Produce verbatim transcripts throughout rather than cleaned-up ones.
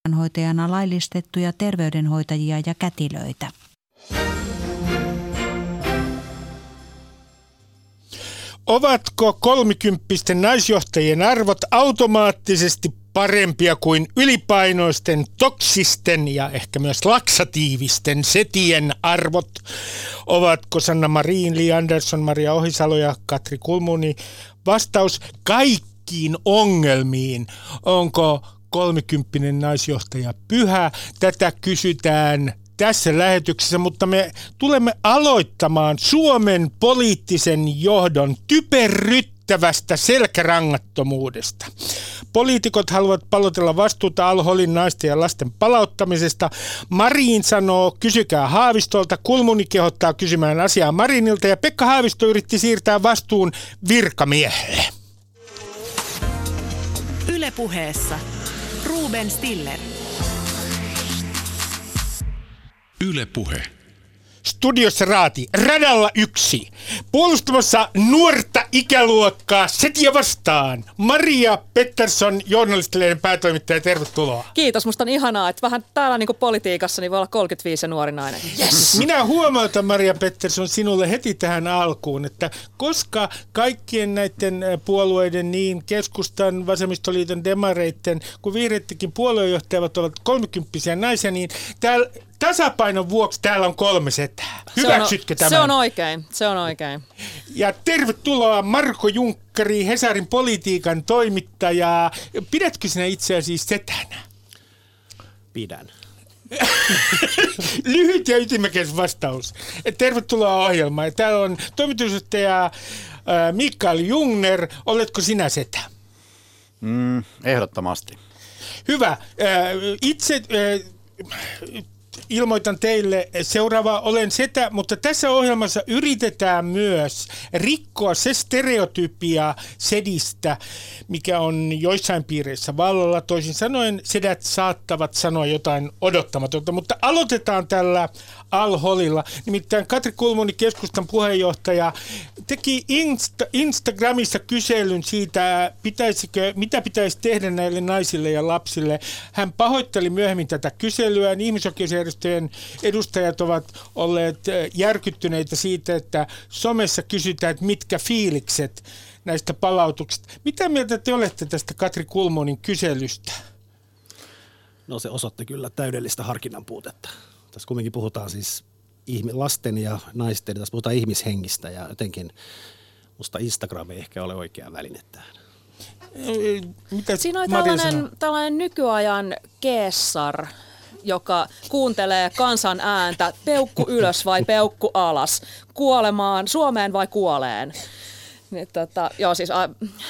sairaanhoitajana laillistettuja terveydenhoitajia ja kätilöitä. Ovatko kolmikymppisten naisjohtajien arvot automaattisesti parempia kuin ylipainoisten, toksisten ja ehkä myös laksatiivisten setien arvot? Ovatko Sanna Marin, Li Andersson, Maria Ohisalo ja Katri Kulmuni? Vastaus: kaikkiin ongelmiin. Onko kolmikymppinen naisjohtaja pyhä? Tätä kysytään tässä lähetyksessä, mutta me tulemme aloittamaan Suomen poliittisen johdon typerryttävästä selkärangattomuudesta. Poliitikot haluavat palotella vastuuta Al-Holin naisten ja lasten palauttamisesta. Marin sanoo, kysykää Haavistolta. Kulmuni kehottaa kysymään asiaa Marinilta ja Pekka Haavisto yritti siirtää vastuun virkamiehelle. Yle Puheessa Ruben Stiller. Yle Puhe. Studiossa Raati, radalla yksi. Puolustamassa nuorta ikäluokkaa setiä vastaan. Maria Pettersson, journalistilehden päätoimittaja, tervetuloa. Kiitos, musta on ihanaa, että vähän täällä niin kuin politiikassa niin voi olla kolmekymmentäviisi ja nuori nainen. Yes. Minä huomautan, Maria Pettersson, sinulle heti tähän alkuun, että koska kaikkien näiden puolueiden, niin keskustan, vasemmistoliiton, demareitten, kuin vihreittekin puoluejohtajat ovat kolmekymppisiä naisia, niin täällä tasapainon vuoksi täällä on kolme setää. Hyväksytkö tämän? Se on oikein, se on oikein. Ja tervetuloa Marko Junkkari, Hesarin politiikan toimittaja. Pidätkö sinä itseäsi setänä? Pidän. Lyhyt ja ytimekäs vastaus. Tervetuloa ohjelmaan. Täällä on toimitusjohtaja Mikael Jungner. Oletko sinä setä? Mm, ehdottomasti. Hyvä. Itse ilmoitan teille seuraava, olen setä, mutta tässä ohjelmassa yritetään myös rikkoa se stereotypia sedistä, mikä on joissain piireissä vallalla. Toisin sanoen sedät saattavat sanoa jotain odottamatonta, mutta aloitetaan tällä Al-Holilla. Nimittäin Katri Kulmuni, keskustan puheenjohtaja, teki Insta- Instagramissa kyselyn siitä, pitäisikö, mitä pitäisi tehdä näille naisille ja lapsille. Hän pahoitteli myöhemmin tätä kyselyä. Ihmisoikeusjärjestöjen edustajat ovat olleet järkyttyneitä siitä, että somessa kysytään, että mitkä fiilikset näistä palautuksista. Mitä mieltä te olette tästä Katri Kulmunin kyselystä? No se osoitti kyllä täydellistä harkinnan puutetta. Tässä kumminkin puhutaan siis lasten ja naisten, tässä puhutaan ihmishengistä ja jotenkin musta Instagram ei ehkä ole oikea väline tähän. Mitä Siinä on Maria tällainen, tällainen nykyajan keessar, joka kuuntelee kansan ääntä, peukku ylös vai peukku alas, kuolemaan, Suomeen vai kuoleen. Niin, tota, joo, siis, a,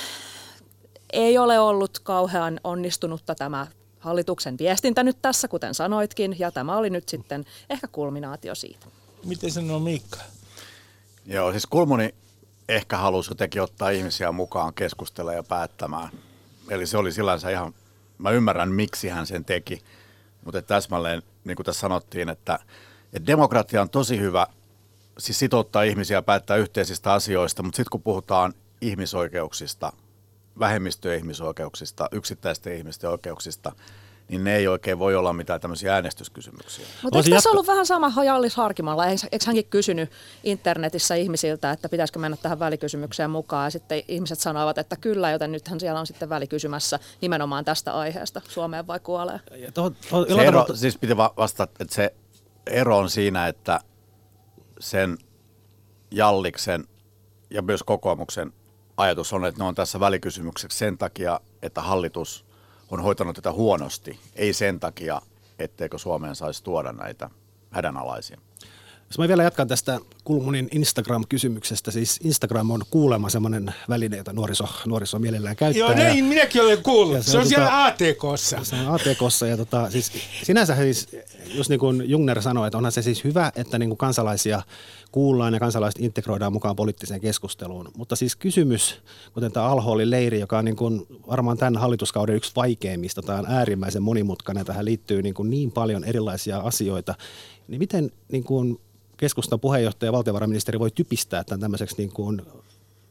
ei ole ollut kauhean onnistunutta tämä hallituksen viestintä nyt tässä, kuten sanoitkin, ja tämä oli nyt sitten ehkä kulminaatio siitä. Miten sanoo Miikka? Joo, siis Kulmuni ehkä halusi jotenkin ottaa ihmisiä mukaan keskustelemaan ja päättämään. Eli se oli sillänsä ihan, mä ymmärrän miksi hän sen teki, mutta täsmälleen, niin kuin tässä sanottiin, että, että demokratia on tosi hyvä, siis sitouttaa ihmisiä päättää yhteisistä asioista, mutta sitten kun puhutaan ihmisoikeuksista, vähemmistöjen ihmisoikeuksista, yksittäisten ihmisten oikeuksista, niin ne ei oikein voi olla mitään tämmöisiä äänestyskysymyksiä. Mutta eikö tässä ollut vähän sama Jallis Harkimalla? Eikö hänkin kysynyt internetissä ihmisiltä, että pitäisikö mennä tähän välikysymykseen mukaan? Ja sitten ihmiset sanoivat, että kyllä, joten nythän siellä on sitten välikysymässä nimenomaan tästä aiheesta, Suomeen vai kuolee. Se ero, siis piti vastata, että se ero on siinä, että sen Jalliksen ja myös kokoomuksen ajatus on, että ne on tässä välikysymykseksi sen takia, että hallitus on hoitanut tätä huonosti, ei sen takia, etteikö Suomeen saisi tuoda näitä hädänalaisia. Jos mä vielä jatkan tästä Kulmunin Instagram-kysymyksestä, siis Instagram on kuulemma semmoinen väline, jota nuoriso, nuoriso mielellään käyttää. Joo, näin minäkin olen kuullut. Se, se on, on siellä tota, A T K:ssa. Se on A T K:ssa ja tota, siis sinänsä siis, just niin kuin Jungner sanoi, että onhan se siis hyvä, että niin kuin kansalaisia kuullaan ja kansalaiset integroidaan mukaan poliittiseen keskusteluun. Mutta siis kysymys, kuten tämä Al-Holin leiri, joka on niin kuin varmaan tämän hallituskauden yksi vaikeimmista, tämä on äärimmäisen monimutkainen, tähän liittyy niin, kuin niin paljon erilaisia asioita, niin miten niin kuin keskustan puheenjohtaja ja valtiovarainministeri voi typistää tämän tämmöiseksi niin kuin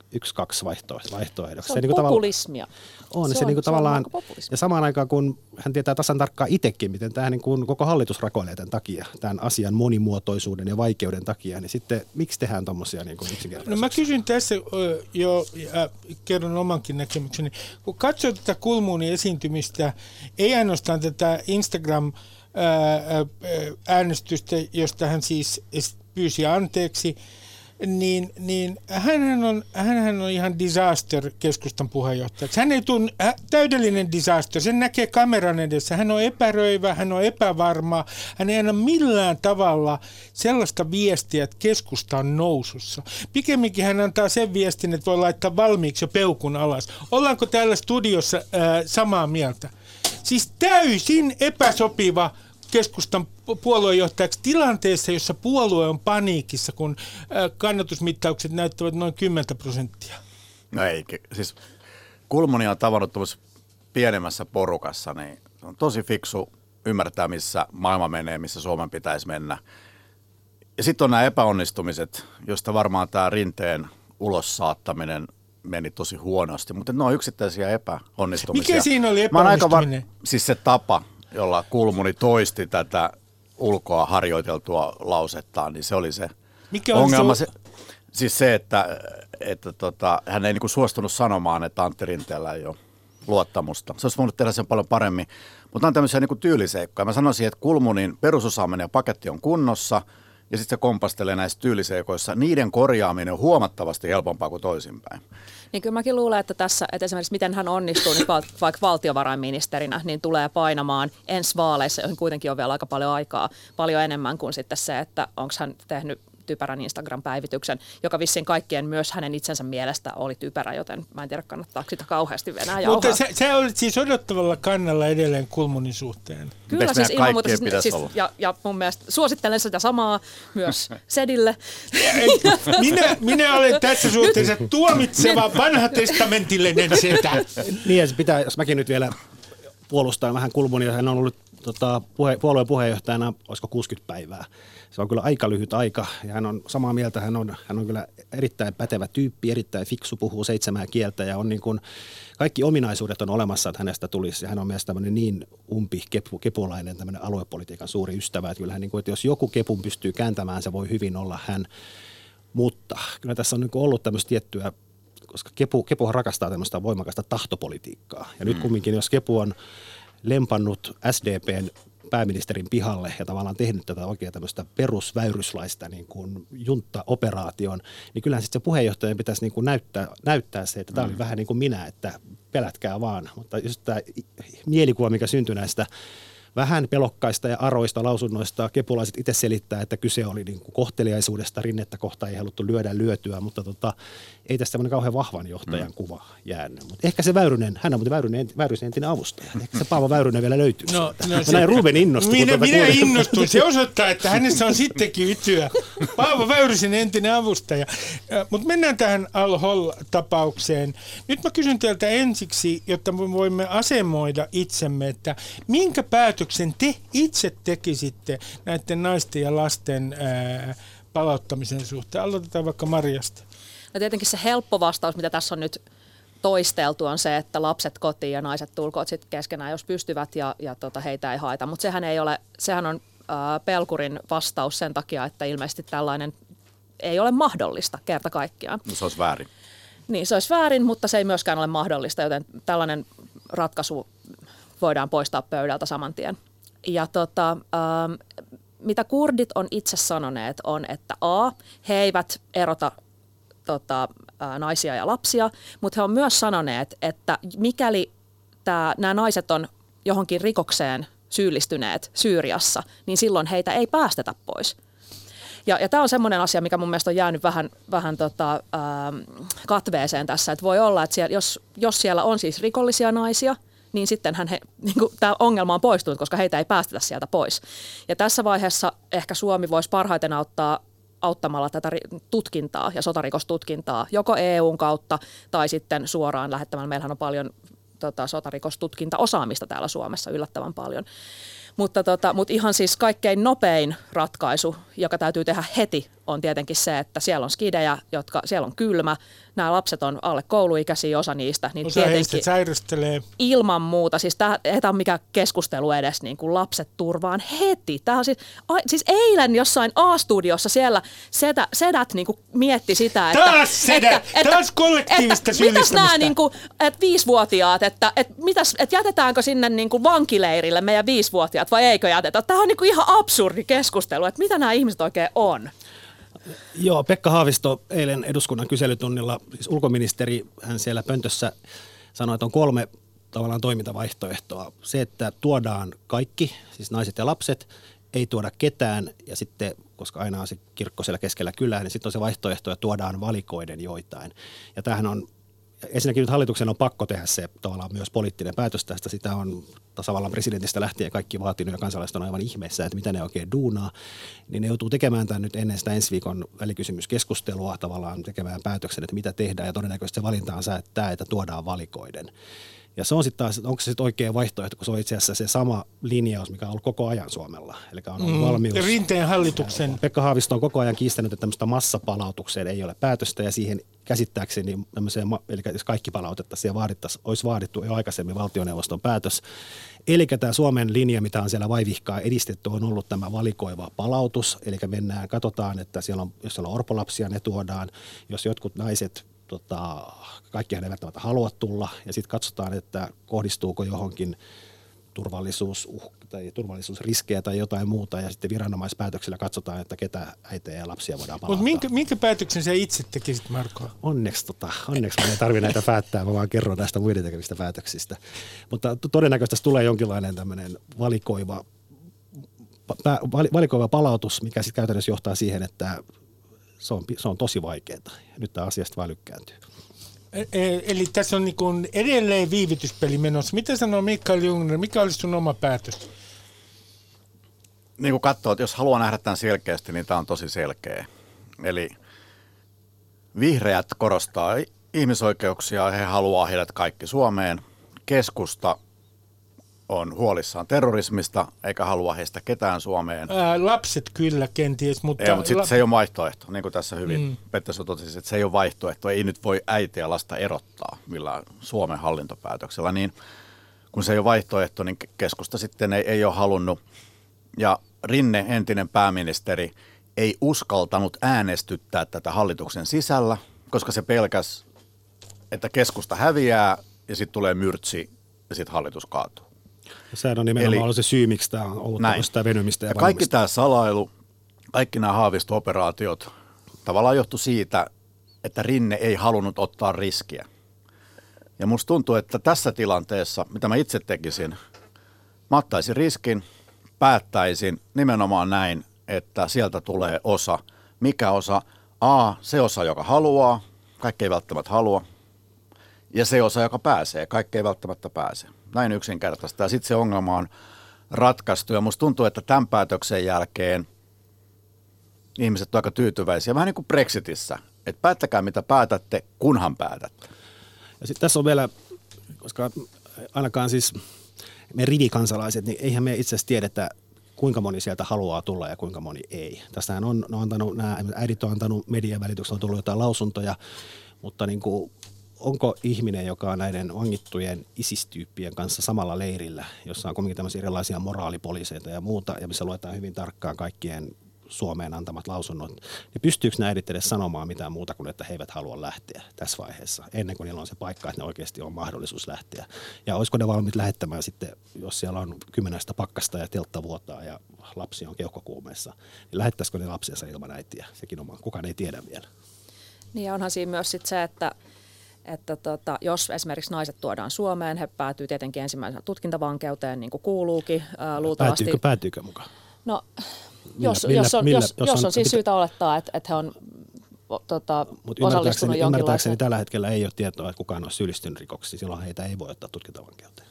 yksi, kaksi vaihtoehdoksi. Se on se niin populismia. On, se, se, se on, niin se tavallaan, on ja samaan aikaan kun hän tietää tasan tarkkaan itsekin, miten tämä niin kuin koko hallitus rakoilee tämän takia, tämän asian monimuotoisuuden ja vaikeuden takia, niin sitten miksi tehdään tuommoisia niin yksinkertaisia? No mä kysyn tässä jo, ja kerron omankin näkemykseni. Kun katsoo tätä Kulmunin esiintymistä, ei ainoastaan tätä Instagram-äänestystä, josta hän siis pyysi anteeksi, niin, niin hänhän on, hänhän on ihan disaster keskustan puheenjohtajaksi. Hän ei tunne, täydellinen disaster, sen näkee kameran edessä. Hän on epäröivä, hän on epävarma, hän ei anna millään tavalla sellaista viestiä, että keskusta on nousussa. Pikemminkin hän antaa sen viestin, että voi laittaa valmiiksi jo peukun alas. Ollaanko täällä studiossa ää, samaa mieltä? Siis täysin epäsopiva keskustan puoluejohtajaksi tilanteessa, jossa puolue on paniikissa, kun kannatusmittaukset näyttävät noin kymmenen prosenttia. No ei, siis Kulmuni on tavannut tuossa pienemmässä porukassa, niin on tosi fiksu ymmärtää, missä maailma menee, missä Suomen pitäisi mennä. Ja sitten on nämä epäonnistumiset, joista varmaan tämä Rinteen ulos saattaminen meni tosi huonosti, mutta ne on yksittäisiä epäonnistumisia. Mikä siinä oli epäonnistuminen? Var- siis se tapa, jolla Kulmuni toisti tätä ulkoa harjoiteltua lausettaan, niin se oli se Mikä on ongelma. se? Se, siis se, että, että tota, hän ei niinku suostunut sanomaan, että Antti Rinteellä ei ole luottamusta. Se olisi voinut tehdä sen paljon paremmin, mutta on tämmöisiä niinku tyyliseikkoja. Mä sanoisin, että Kulmunin perusosaaminen ja paketti on kunnossa, ja sitten se kompastelee näissä tyyliseikoissa. Niiden korjaaminen on huomattavasti helpompaa kuin toisinpäin. Niin kyllä mäkin luulen, että tässä, että esimerkiksi miten hän onnistuu niin vaikka valtiovarainministerinä, niin tulee painamaan ensi vaaleissa, joihin kuitenkin on vielä aika paljon aikaa, paljon enemmän kuin sitten se, että onko hän tehnyt typerän Instagram-päivityksen, joka vissiin kaikkien myös hänen itsensä mielestä oli typerä, joten mä en tiedä kannattaako sitä kauheasti venää jauhaa. Mutta sä, sä olit siis odottavalla kannalla edelleen Kulmunin suhteen. Kyllä siis ilman muuta, siis, siis, ja, ja mun mielestä suosittelen sitä samaa myös Sedille. Minä, minä olen tässä suhteessa tuomitseva vanhatestamentillinen setä. Niin ja se pitää, jos mäkin nyt vielä puolustan vähän Kulmunia, hän on ollut tota, puhe, puolueen puheenjohtajana, olisiko kuusikymmentä päivää. Se on kyllä aika lyhyt aika ja hän on samaa mieltä, hän on, hän on kyllä erittäin pätevä tyyppi, erittäin fiksu, puhuu seitsemää kieltä ja on niin kuin, kaikki ominaisuudet on olemassa, että hänestä tulisi. Ja hän on myös tämmöinen niin umpi kepu, kepulainen tämmöinen aluepolitiikan suuri ystävä, että kyllähän niin kuin, että jos joku kepun pystyy kääntämään, se voi hyvin olla hän. Mutta kyllä tässä on niin kuin ollut tämmöistä tiettyä, koska kepu, kepuhan rakastaa tämmöistä voimakasta tahtopolitiikkaa. Ja mm. nyt kumminkin, jos kepu on lempannut S D P:n pääministerin pihalle ja tavallaan tehnyt tätä oikein tämmöistä perusväyryslaista niin kuin juntta-operaation, niin kyllähän sitten se puheenjohtajan pitäisi niin kuin näyttää, näyttää se, että tämä oli mm. vähän niin kuin minä, että pelätkää vaan. Mutta just tämä mielikuva, mikä syntyi näistä vähän pelokkaista ja aroista lausunnoista, kepulaiset itse selittää, että kyse oli niin kuin kohteliaisuudesta, Rinnettä kohtaan ei haluttu lyödä lyötyä, mutta tota, ei tässä tämmöinen kauhean vahvan johtajan mm. kuva jäänyt. Mutta ehkä se Väyrynen, hän on muuten Väyrynen, Väyrysen entinen avustaja, ehkä se Paavo Väyrynen vielä löytyy. No, no se, näin Ruben innostui. Minä, tuota minä innostuin, se osoittaa, että hänessä on sittenkin ytyä. Paavo Väyrysen entinen avustaja. Mutta mennään tähän Al-Hol-tapaukseen. Nyt mä kysyn teiltä ensiksi, jotta me voimme asemoida itsemme, että minkä päätöksen te itse tekisitte näiden naisten ja lasten ää, palauttamisen suhteen? Aloitetaan vaikka Marjasta. No tietenkin se helppo vastaus, mitä tässä on nyt toisteltu, on se, että lapset kotiin ja naiset tulkoot sitten keskenään, jos pystyvät ja, ja tota, heitä ei haeta. Mutta sehän ei ole, sehän on ää, Pelkurin vastaus sen takia, että ilmeisesti tällainen ei ole mahdollista kerta kaikkiaan. No se olisi väärin. Niin, se olisi väärin, mutta se ei myöskään ole mahdollista, joten tällainen ratkaisu voidaan poistaa pöydältä saman tien. Ja tota, ähm, mitä kurdit on itse sanoneet on, että a, he eivät erota tota, ä, naisia ja lapsia, mutta he on myös sanoneet, että mikäli tää, nämä naiset on johonkin rikokseen syyllistyneet Syyriassa, niin silloin heitä ei päästetä pois. Ja, ja tämä on semmoinen asia, mikä mun mielestä on jäänyt vähän, vähän tota, ähm, katveeseen tässä, että voi olla, että siellä, jos, jos siellä on siis rikollisia naisia, niin sittenhän he, niin kuin, tämä ongelma on poistunut, koska heitä ei päästetä sieltä pois. Ja tässä vaiheessa ehkä Suomi voisi parhaiten auttaa auttamalla tätä tutkintaa ja sotarikostutkintaa joko E U:n kautta tai sitten suoraan lähettämällä. Meillähän on paljon tota, sotarikostutkintaosaamista täällä Suomessa, yllättävän paljon. Mutta, tota, mutta ihan siis kaikkein nopein ratkaisu, joka täytyy tehdä heti, on tietenkin se, että siellä on skidejä, jotka, siellä on kylmä, nämä lapset on alle kouluikäisiä, osa niistä, niin osa tietenkin sairastelee. Ilman muuta, siis tämä ei ole mikään keskustelu edes niin kuin lapset turvaan heti. Tämä on siis, a, siis eilen jossain A-studiossa siellä sedä, sedät niin kuin mietti sitä, että... Taas sedä! Että, Taas kollektiivista että, mitäs nämä syyllistämistä. niin kuin, että viisivuotiaat, että, että, mitäs, että jätetäänkö sinne niin kuin vankileirille meidän viisivuotiaat vai eikö jätetä? Tämä on niin kuin ihan absurdi keskustelu, että mitä nämä ihmiset oikein on. Joo, Pekka Haavisto eilen eduskunnan kyselytunnilla, siis ulkoministeri, hän siellä pöntössä sanoi, että on kolme tavallaan toimintavaihtoehtoa. Se, että tuodaan kaikki, siis naiset ja lapset, ei tuoda ketään ja sitten, koska aina on se kirkko siellä keskellä kylää, niin sitten on se vaihtoehto, että tuodaan valikoiden joitain. Ja tämähän on, ensinnäkin nyt hallituksen on pakko tehdä se tavallaan myös poliittinen päätös tästä. Sitä on tasavallan presidentistä lähtien kaikki vaatinut ja kansalaiset on aivan ihmeessä, että mitä ne oikein duunaa. Niin ne joutuu tekemään tämän nyt ennen sitä ensi viikon välikysymyskeskustelua tavallaan tekemään päätöksen, että mitä tehdään. Ja todennäköisesti se valinta on tämä, että tuodaan valikoiden. Ja se on sitten taas, onko se sitten oikea vaihtoehto, kun se on itse asiassa se sama linjaus, mikä on ollut koko ajan Suomella. Eli on ollut mm, valmius. Rinteen hallituksen. Pekka Haavisto on koko ajan kiistänyt, että tämmöistä massapalautukseen ei ole päätöstä ja siihen käsittääkseni, eli jos kaikki palautettaisiin ja vaadittaisiin, olisi vaadittu jo aikaisemmin valtioneuvoston päätös. Eli tämä Suomen linja, mitä on siellä vaivihkaa edistetty, on ollut tämä valikoiva palautus. Eli mennään, katsotaan, että siellä on, jos siellä on orpolapsia, ne tuodaan. Jos jotkut naiset, tota, kaikkihan ei välttämättä halua tulla, ja sitten katsotaan, että kohdistuuko johonkin turvallisuus, tai turvallisuusriskejä tai jotain muuta, ja sitten viranomaispäätöksellä katsotaan, että ketä äitejä ja lapsia voidaan palauttaa. Mutta minkä, minkä päätöksen sä itse tekisit, Marko? Onneksi, tota, onneksi mä en tarvitse näitä päättää, mä vaan kerron näistä muiden tekemistä päätöksistä. Mutta todennäköisesti tässä tulee jonkinlainen tämmöinen valikoiva, pä, valikoiva palautus, mikä sitten käytännössä johtaa siihen, että se on, se on tosi vaikeaa. Nyt tämä asiasta vaan lykkääntyy. Eli tässä on niin kuin edelleen viivytyspeli menossa. Mitä sanoo Mikael Jungner? Mikä olisi sun oma päätös? Niin kuin katsoo, että jos haluaa nähdä tämän selkeästi, niin tämä on tosi selkeä. Eli vihreät korostaa ihmisoikeuksia ja he haluaa heidät kaikki Suomeen. Keskusta on huolissaan terrorismista eikä halua heistä ketään Suomeen. Ää, lapset kyllä kenties, mutta... Ei, mutta sitten se ei ole vaihtoehto, niin kuin tässä hyvin mm. Pettersson totesi, että se ei ole vaihtoehto. Ei nyt voi äitiä ja lasta erottaa millään Suomen hallintopäätöksellä. Niin kun se ei ole vaihtoehto, niin keskusta sitten ei, ei ole halunnut. Ja Rinne, entinen pääministeri, ei uskaltanut äänestyttää tätä hallituksen sisällä, koska se pelkäs, että keskusta häviää ja sitten tulee myrtsi ja sitten hallitus kaatuu. Sehän on nimenomaan ollut se syy, miksi tämä on ollut tämmöistä venymistä ja, ja kaikki tämä salailu, kaikki nämä Haavisto-operaatiot tavallaan johtui siitä, että Rinne ei halunnut ottaa riskiä. Ja musta tuntuu, että tässä tilanteessa, mitä mä itse tekisin, mä ottaisin riskin, päättäisin nimenomaan näin, että sieltä tulee osa. Mikä osa? A, se osa, joka haluaa, kaikki ei välttämättä halua. Ja se osa, joka pääsee, kaikki ei välttämättä pääse. Näin yksinkertaista. Ja sitten se ongelma on ratkaistu. Ja musta tuntuu, että tämän päätöksen jälkeen ihmiset ovat aika tyytyväisiä. Vähän niin kuin Brexitissä. Että päättäkää mitä päätätte, kunhan päätätte. Ja sitten tässä on vielä, koska ainakaan siis me rivikansalaiset, niin eihän me itse asiassa tiedetä, kuinka moni sieltä haluaa tulla ja kuinka moni ei. Tästähän on, on antanut, nämä äidit on antanut median välityksellä, on tullut jotain lausuntoja, mutta niin kuin, onko ihminen, joka on näiden vangittujen isistyyppien kanssa samalla leirillä, jossa on kuitenkin tämmöisiä erilaisia moraalipoliiseita ja muuta, ja missä luetaan hyvin tarkkaan kaikkien Suomeen antamat lausunnot, niin pystyykö nämä äidit edes sanomaan mitään muuta kuin, että he eivät halua lähteä tässä vaiheessa, ennen kuin niillä on se paikka, että ne oikeasti on mahdollisuus lähteä. Ja olisiko ne valmiit lähettämään sitten, jos siellä on kymmenestä pakkasta ja teltta vuotaa ja lapsi on keuhkokuumeessa, niin lähettäisikö ne lapsiansa ilman äitiä? Sekin on, kukaan ei tiedä vielä. Niin ja onhan siinä myös sit se, että että tota, jos esimerkiksi naiset tuodaan Suomeen, he päätyy tietenkin ensimmäisenä tutkintavankeuteen, niin kuin kuuluukin ää, luultavasti. Päätyykö, päätyykö mukaan? No, jos, millä, jos, on, millä, jos, jos, on, on siis syytä olettaa, että, että he on tota, osallistunut jonkinlaiseen. Ymmärtääkseni tällä hetkellä ei ole tietoa, että kukaan on syyllistynyt rikoksiin, silloin heitä ei voi ottaa tutkintavankeuteen.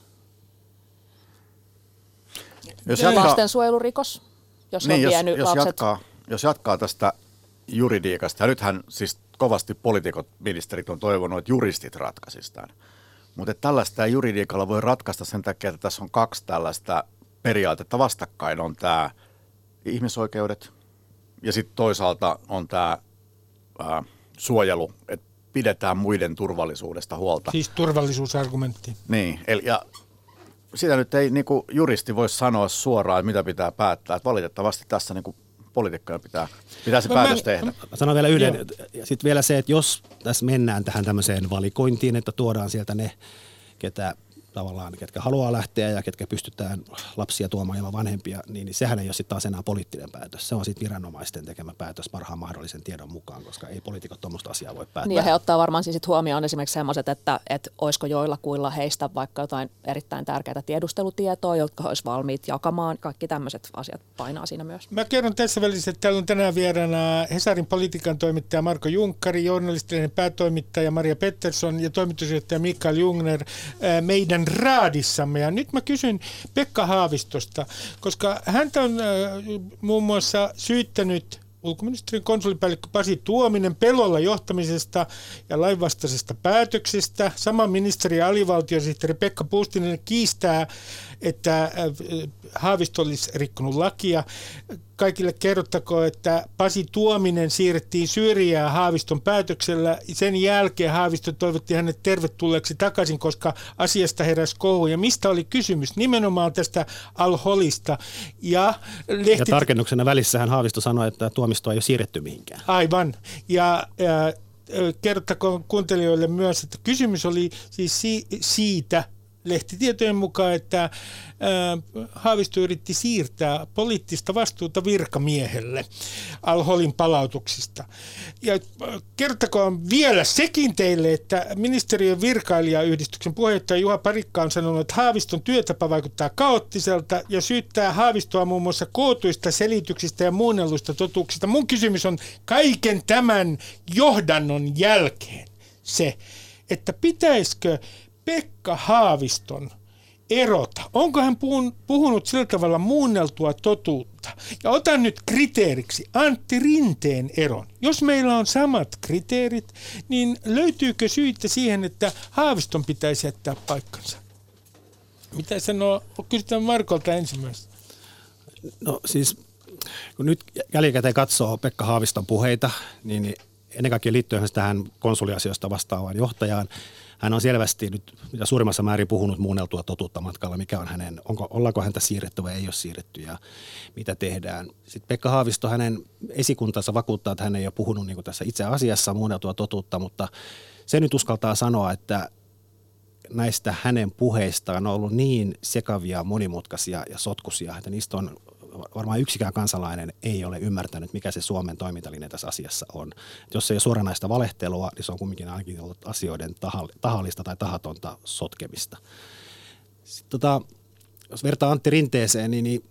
Jos jatkaa, lastensuojelurikos, jos niin, on vienyt jos, lapset. Jatkaa, jos jatkaa tästä juridiikasta, ja nythän siis kovasti poliitikot, ministerit on toivonut, että juristit ratkaisisivat tämän. Mutta tällaista juridiikalla voi ratkaista sen takia, että tässä on kaksi tällaista periaatetta vastakkain. On tämä ihmisoikeudet ja sitten toisaalta on tämä suojelu, että pidetään muiden turvallisuudesta huolta. Siis turvallisuusargumentti. Niin, eli ja sitä nyt ei niin kuin juristi voi sanoa suoraan, että mitä pitää päättää. Että valitettavasti tässä niin kuin poliitikkojen pitää, pitää se no päätös mä, tehdä. Mä sanon vielä yhden. Sitten vielä se, että jos tässä mennään tähän tämmöiseen valikointiin, että tuodaan sieltä ne, ketä tavallaan, ketkä haluaa lähteä ja ketkä pystytään lapsia tuomaan ilman vanhempia, niin, niin sehän ei ole sitten taas enää poliittinen päätös. Se on sitten viranomaisten tekemä päätös parhaan mahdollisen tiedon mukaan, koska ei poliitikot tuommoista asiaa voi päättää. Niin ja he ottaa varmaan siis huomioon esimerkiksi sellaiset, että, että olisiko joillakuilla heistä vaikka jotain erittäin tärkeää tiedustelutietoa, jotka olisi valmiit jakamaan. Kaikki tämmöiset asiat painaa siinä myös. Mä kerron tässä välissä, että täällä on tänään vieraana Hesarin politiikan toimittaja Marko Junkkari, journalistinen päätoimittaja Maria Pettersson ja toimitusjohtaja Mikael Jungner meidän raadissamme. Ja nyt mä kysyn Pekka Haavistosta, koska häntä on äh, muun muassa syyttänyt ulkoministeriön konsulipäällikkö Pasi Tuominen pelolla johtamisesta ja lainvastaisesta päätöksestä. Sama ministeri ja alivaltiosihteeri Pekka Puustinen kiistää, että Haavisto olisi rikkonut lakia. Kaikille kerrottakoon, että Pasi Tuominen siirrettiin syrjään Haaviston päätöksellä. Sen jälkeen Haavisto toivotti hänet tervetulleeksi takaisin, koska asiasta heräsi kohu. Ja mistä oli kysymys? Nimenomaan tästä Al-Holista. Ja, lehti... ja tarkennuksena välissähän Haavisto sanoi, että Tuomistoa ei ole siirretty mihinkään. Aivan. Ja... ja kerrottakoon kuuntelijoille myös, että kysymys oli siis si- siitä lehtitietojen mukaan, että ää, Haavisto yritti siirtää poliittista vastuuta virkamiehelle Al-Holin palautuksista. Ja kertokoon vielä sekin teille, että ministeriön virkailijayhdistyksen puheenjohtaja Juha Parikka on sanonut, että Haaviston työtapa vaikuttaa kaoottiselta ja syyttää Haavistoa muun muassa kootuista selityksistä ja muunnelluista totuuksista. Mun kysymys on kaiken tämän johdannon jälkeen se, että pitäisikö Pekka Haaviston erota? Onko hän puhunut sillä tavalla muunneltua totuutta? Ja otan nyt kriteeriksi Antti Rinteen eron. Jos meillä on samat kriteerit, niin löytyykö syitä siihen, että Haaviston pitäisi jättää paikkansa? Mitä sanoo? Kysytään Markolta ensimmäistä. No siis, kun nyt jälkikäteen katsoo Pekka Haaviston puheita, niin ennen kaikkea liittyen tähän konsuliasioista vastaavaan johtajaan, hän on selvästi nyt mitä suurimmassa määrin puhunut muunneltua totuutta matkalla, mikä on hänen, onko, ollaanko häntä siirretty vai ei ole siirretty ja mitä tehdään. Sitten Pekka Haavisto, hänen esikuntansa vakuuttaa, että hän ei ole puhunut niin kuin tässä itse asiassa muunneltua totuutta, mutta se nyt uskaltaa sanoa, että näistä hänen puheistaan on ollut niin sekavia, monimutkaisia ja sotkuisia, että niistä on varmaan yksikään kansalainen ei ole ymmärtänyt, mikä se Suomen toimintalinja tässä asiassa on. Et jos ei ole suoranaista valehtelua, niin se on kumminkin ainakin ollut asioiden tahallista tai tahatonta sotkemista. Sitten tota, jos vertaa Antti Rinteeseen, niin, niin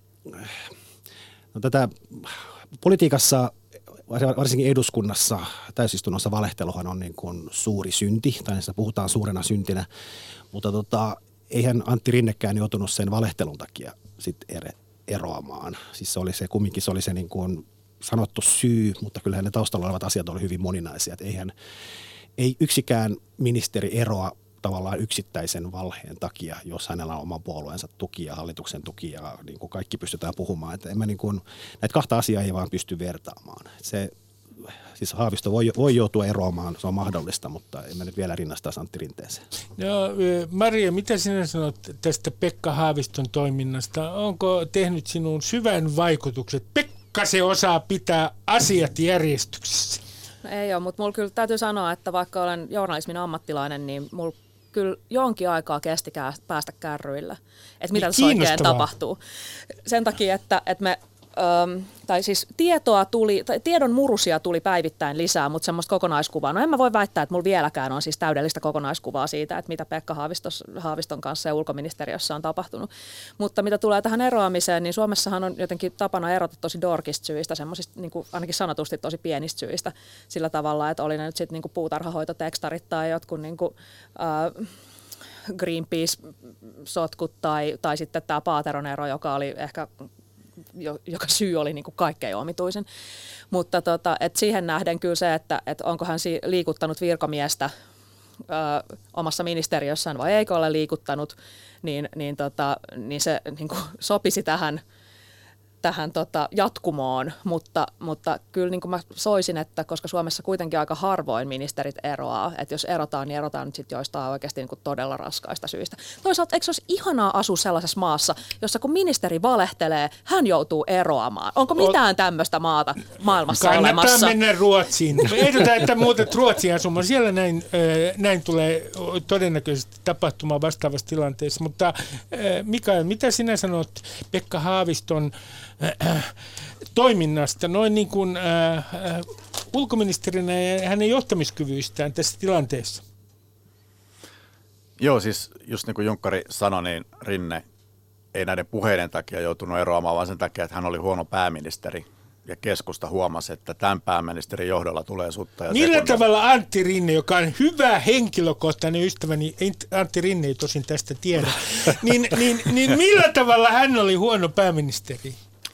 no tätä politiikassa, varsinkin eduskunnassa, täysistunnossa valehteluhan on niin kuin suuri synti, tai sitä puhutaan suurena syntinä, mutta tota, eihän Antti Rinnekään joutunut sen valehtelun takia sitten ere. eroamaan. Siis se oli se, kumminkin se oli se niin kuin sanottu syy, mutta kyllähän ne taustalla olevat asiat oli hyvin moninaisia. Että eihän, ei yksikään ministeri eroa tavallaan yksittäisen valheen takia, jos hänellä on oman puolueensa tuki ja hallituksen tuki ja niin kuin kaikki pystytään puhumaan. Että en mä niin kuin, näitä kahta asiaa ei vaan pysty vertaamaan. Se, siis Haavisto voi, voi joutua eroamaan, se on mahdollista, mutta en mä nyt vielä rinnastaa Antti Rinteeseen. No, Maria, mitä sinä sanot tästä Pekka Haaviston toiminnasta? Onko tehnyt sinun syvän vaikutukset? Pekka se osaa pitää asiat järjestyksessä. No ei ole, mutta mulla kyllä täytyy sanoa, että vaikka olen journalismin ammattilainen, niin mulla kyllä jonkin aikaa kesti päästä kärryillä, että mitä tässä oikein tapahtuu. Sen takia, että, että me... Öm, tai siis tietoa tuli, tai tiedon murusia tuli päivittäin lisää, mutta semmoista kokonaiskuvaa. No en mä voi väittää, että mulla vieläkään on siis täydellistä kokonaiskuvaa siitä, että mitä Pekka Haavistos, Haaviston kanssa ja ulkoministeriössä on tapahtunut. Mutta mitä tulee tähän eroamiseen, niin Suomessahan on jotenkin tapana erota tosi dorkista syistä, semmoisista niin kuin ainakin sanotusti tosi pienistä syistä sillä tavalla, että oli ne nyt sitten niin kuin puutarhahoitotekstarit tai jotkut niin kuin, äh, Greenpeace-sotkut tai, tai sitten tämä Paateron ero, joka oli ehkä joka syy oli niin kuin kaikkein omituisin. Mutta tota, et siihen nähden kyllä se, että et onko hän si- liikuttanut virkamiestä ö, omassa ministeriössään vai eikö ole liikuttanut, niin, niin, tota, niin se niin kuin sopisi tähän, tähän tota, jatkumoon, mutta, mutta kyllä niin kuin mä soisin, että koska Suomessa kuitenkin aika harvoin ministerit eroaa, että jos erotaan, niin erotaan nyt sitten joistain oikeasti niin kuin todella raskaista syistä. Toisaalta eikö se olisi ihanaa asua sellaisessa maassa, jossa kun ministeri valehtelee, hän joutuu eroamaan? Onko mitään tämmöistä maata maailmassa Kannattaa olemassa? Kannattaa mennä Ruotsiin. Ehdotan, että muutat Ruotsiin asumaan. Siellä näin, näin tulee todennäköisesti tapahtumaan vastaavassa tilanteessa. Mutta Mikael, mitä sinä sanot Pekka Haaviston äh, toiminnasta noin niin kuin äh, äh, ulkoministerinä ja hänen johtamiskyvyistään tässä tilanteessa? Joo, siis just niin kuin Junkkari sanoi, niin Rinne ei näiden puheiden takia joutunut eroamaan, vaan sen takia, että hän oli huono pääministeri. Ja keskusta huomasi, että tämän pääministerin johdolla tulee sutta. Ja Millä sekunda. tavalla Antti Rinne, joka on hyvä henkilökohtainen ystäväni, Antti Rinne ei tosin tästä tiedä, niin, niin, niin millä tavalla hän oli huono pääministeri?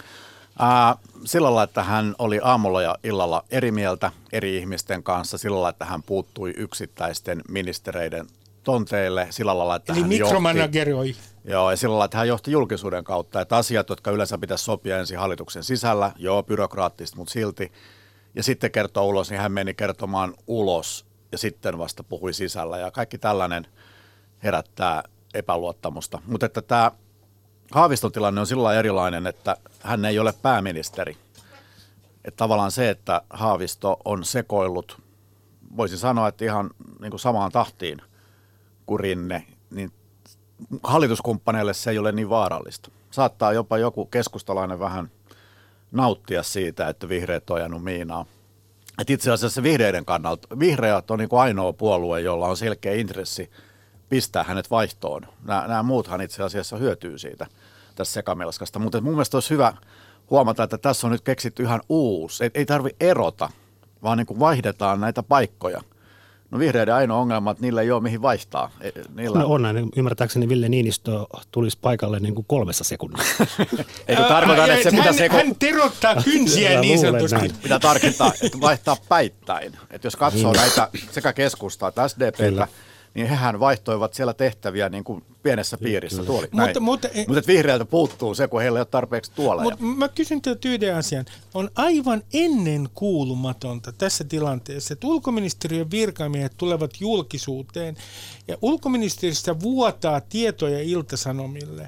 Ää, sillä lailla, että hän oli aamulla ja illalla eri mieltä eri ihmisten kanssa, sillä lailla, että hän puuttui yksittäisten ministereiden tonteille, sillä lailla, että Eli hän mikromanageroi. johti, joo, ja sillä lailla, että hän johti julkisuuden kautta, että asiat, jotka yleensä pitäisi sopia ensin hallituksen sisällä, joo, byrokraattista, mutta silti, ja sitten kertoo ulos, niin hän meni kertomaan ulos, ja sitten vasta puhui sisällä, ja kaikki tällainen herättää epäluottamusta. Mutta että tämä Haaviston tilanne on sillä lailla erilainen, että hän ei ole pääministeri. Että tavallaan se, että Haavisto on sekoillut, voisin sanoa, että ihan niin kuin samaan tahtiin kuin Rinne, niin hallituskumppaneille se ei ole niin vaarallista. Saattaa jopa joku keskustalainen vähän nauttia siitä, että vihreät on ajanut miinaa. Et itse asiassa vihreiden kannalta, vihreät on niin kuin ainoa puolue, jolla on selkeä intressi pistää hänet vaihtoon. Nämä, nämä muuthan itse asiassa hyötyy siitä tässä sekamelskasta. Mutta mun mielestä olisi hyvä huomata, että tässä on nyt keksitty ihan uusi. Ei, ei tarvitse erota, vaan niin kuin vaihdetaan näitä paikkoja. No vihreiden ainoa ongelma, että niillä ei ole mihin vaihtaa. Niillä... No on näin. Ymmärtääkseni Ville Niinistö tulisi paikalle niin kuin kolmessa sekunnissa. Eikö tarkoita, että se hän, pitäisi... hän terottaa kynsiä niin sanotusti. Pitää tarkentaa, että vaihtaa päittäin. Että jos katsoo näitä sekä keskustaa että S D P:tä, niin hehän vaihtoivat siellä tehtäviä niin kuin pienessä piirissä. Tuoli, mutta mutta Mut vihreältä puuttuu se, kun heillä ei ole tarpeeksi tuoleja. Mutta mä kysyn teiltä yhden asian. On aivan ennen kuulumatonta tässä tilanteessa, että ulkoministeriön virkamiehet tulevat julkisuuteen ja ulkoministeriöstä vuotaa tietoja Ilta-Sanomille,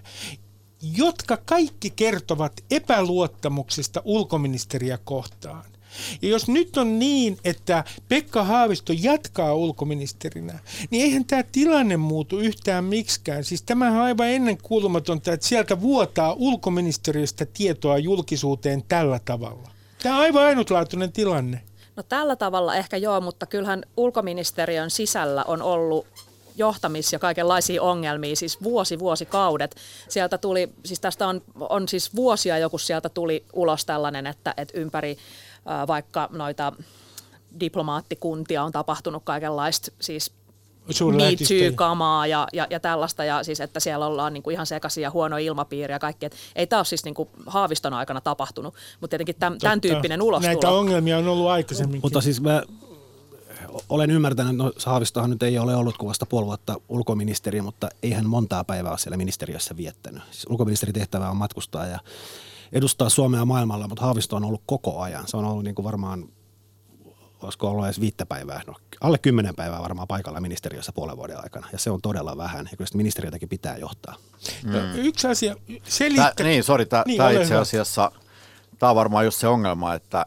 jotka kaikki kertovat epäluottamuksesta ulkoministeriä kohtaan. Ja jos nyt on niin, että Pekka Haavisto jatkaa ulkoministerinä, niin eihän tämä tilanne muutu yhtään miksikään. Siis tämähän on aivan ennen kuulumatonta, että sieltä vuotaa ulkoministeriöstä tietoa julkisuuteen tällä tavalla. Tämä on aivan ainutlaatuinen tilanne. No tällä tavalla ehkä joo, mutta kyllähän ulkoministeriön sisällä on ollut johtamis- ja kaikenlaisia ongelmia, siis vuosi vuosikaudet. Sieltä tuli, siis tästä on, on siis vuosia joku sieltä tuli ulos tällainen, että, että ympäri ää, vaikka noita diplomaattikuntia on tapahtunut kaikenlaista siis Me Too-kamaa ja, ja, ja tällaista, ja siis että siellä ollaan niinku ihan sekaisin ja huono ilmapiiri ja kaikki. Et ei tämä ole siis niinku Haaviston aikana tapahtunut, mutta tietenkin tämän, tämän tyyppinen ulostulo. Näitä ongelmia on ollut aikaisemminkin. Mutta siis mä olen ymmärtänyt, että no, Haavistohan nyt ei ole ollut kuvasta puoli vuotta ulkoministeri, mutta ei hän montaa päivää ole siellä ministeriössä viettänyt. Siis ulkoministeritehtävä on matkustaa ja edustaa Suomea maailmalla, mutta Haavisto on ollut koko ajan. Se on ollut niin kuin varmaan, olisiko ollut edes viittä päivää, no alle kymmenen päivää varmaan paikalla ministeriössä puolen vuoden aikana. Ja se on todella vähän, ja kyllä sitä ministeriötäkin pitää johtaa. Mm. Yksi asia, selittää. Tää, niin, sori, tämä niin, itse hyvä. asiassa, tämä on varmaan just se ongelma, että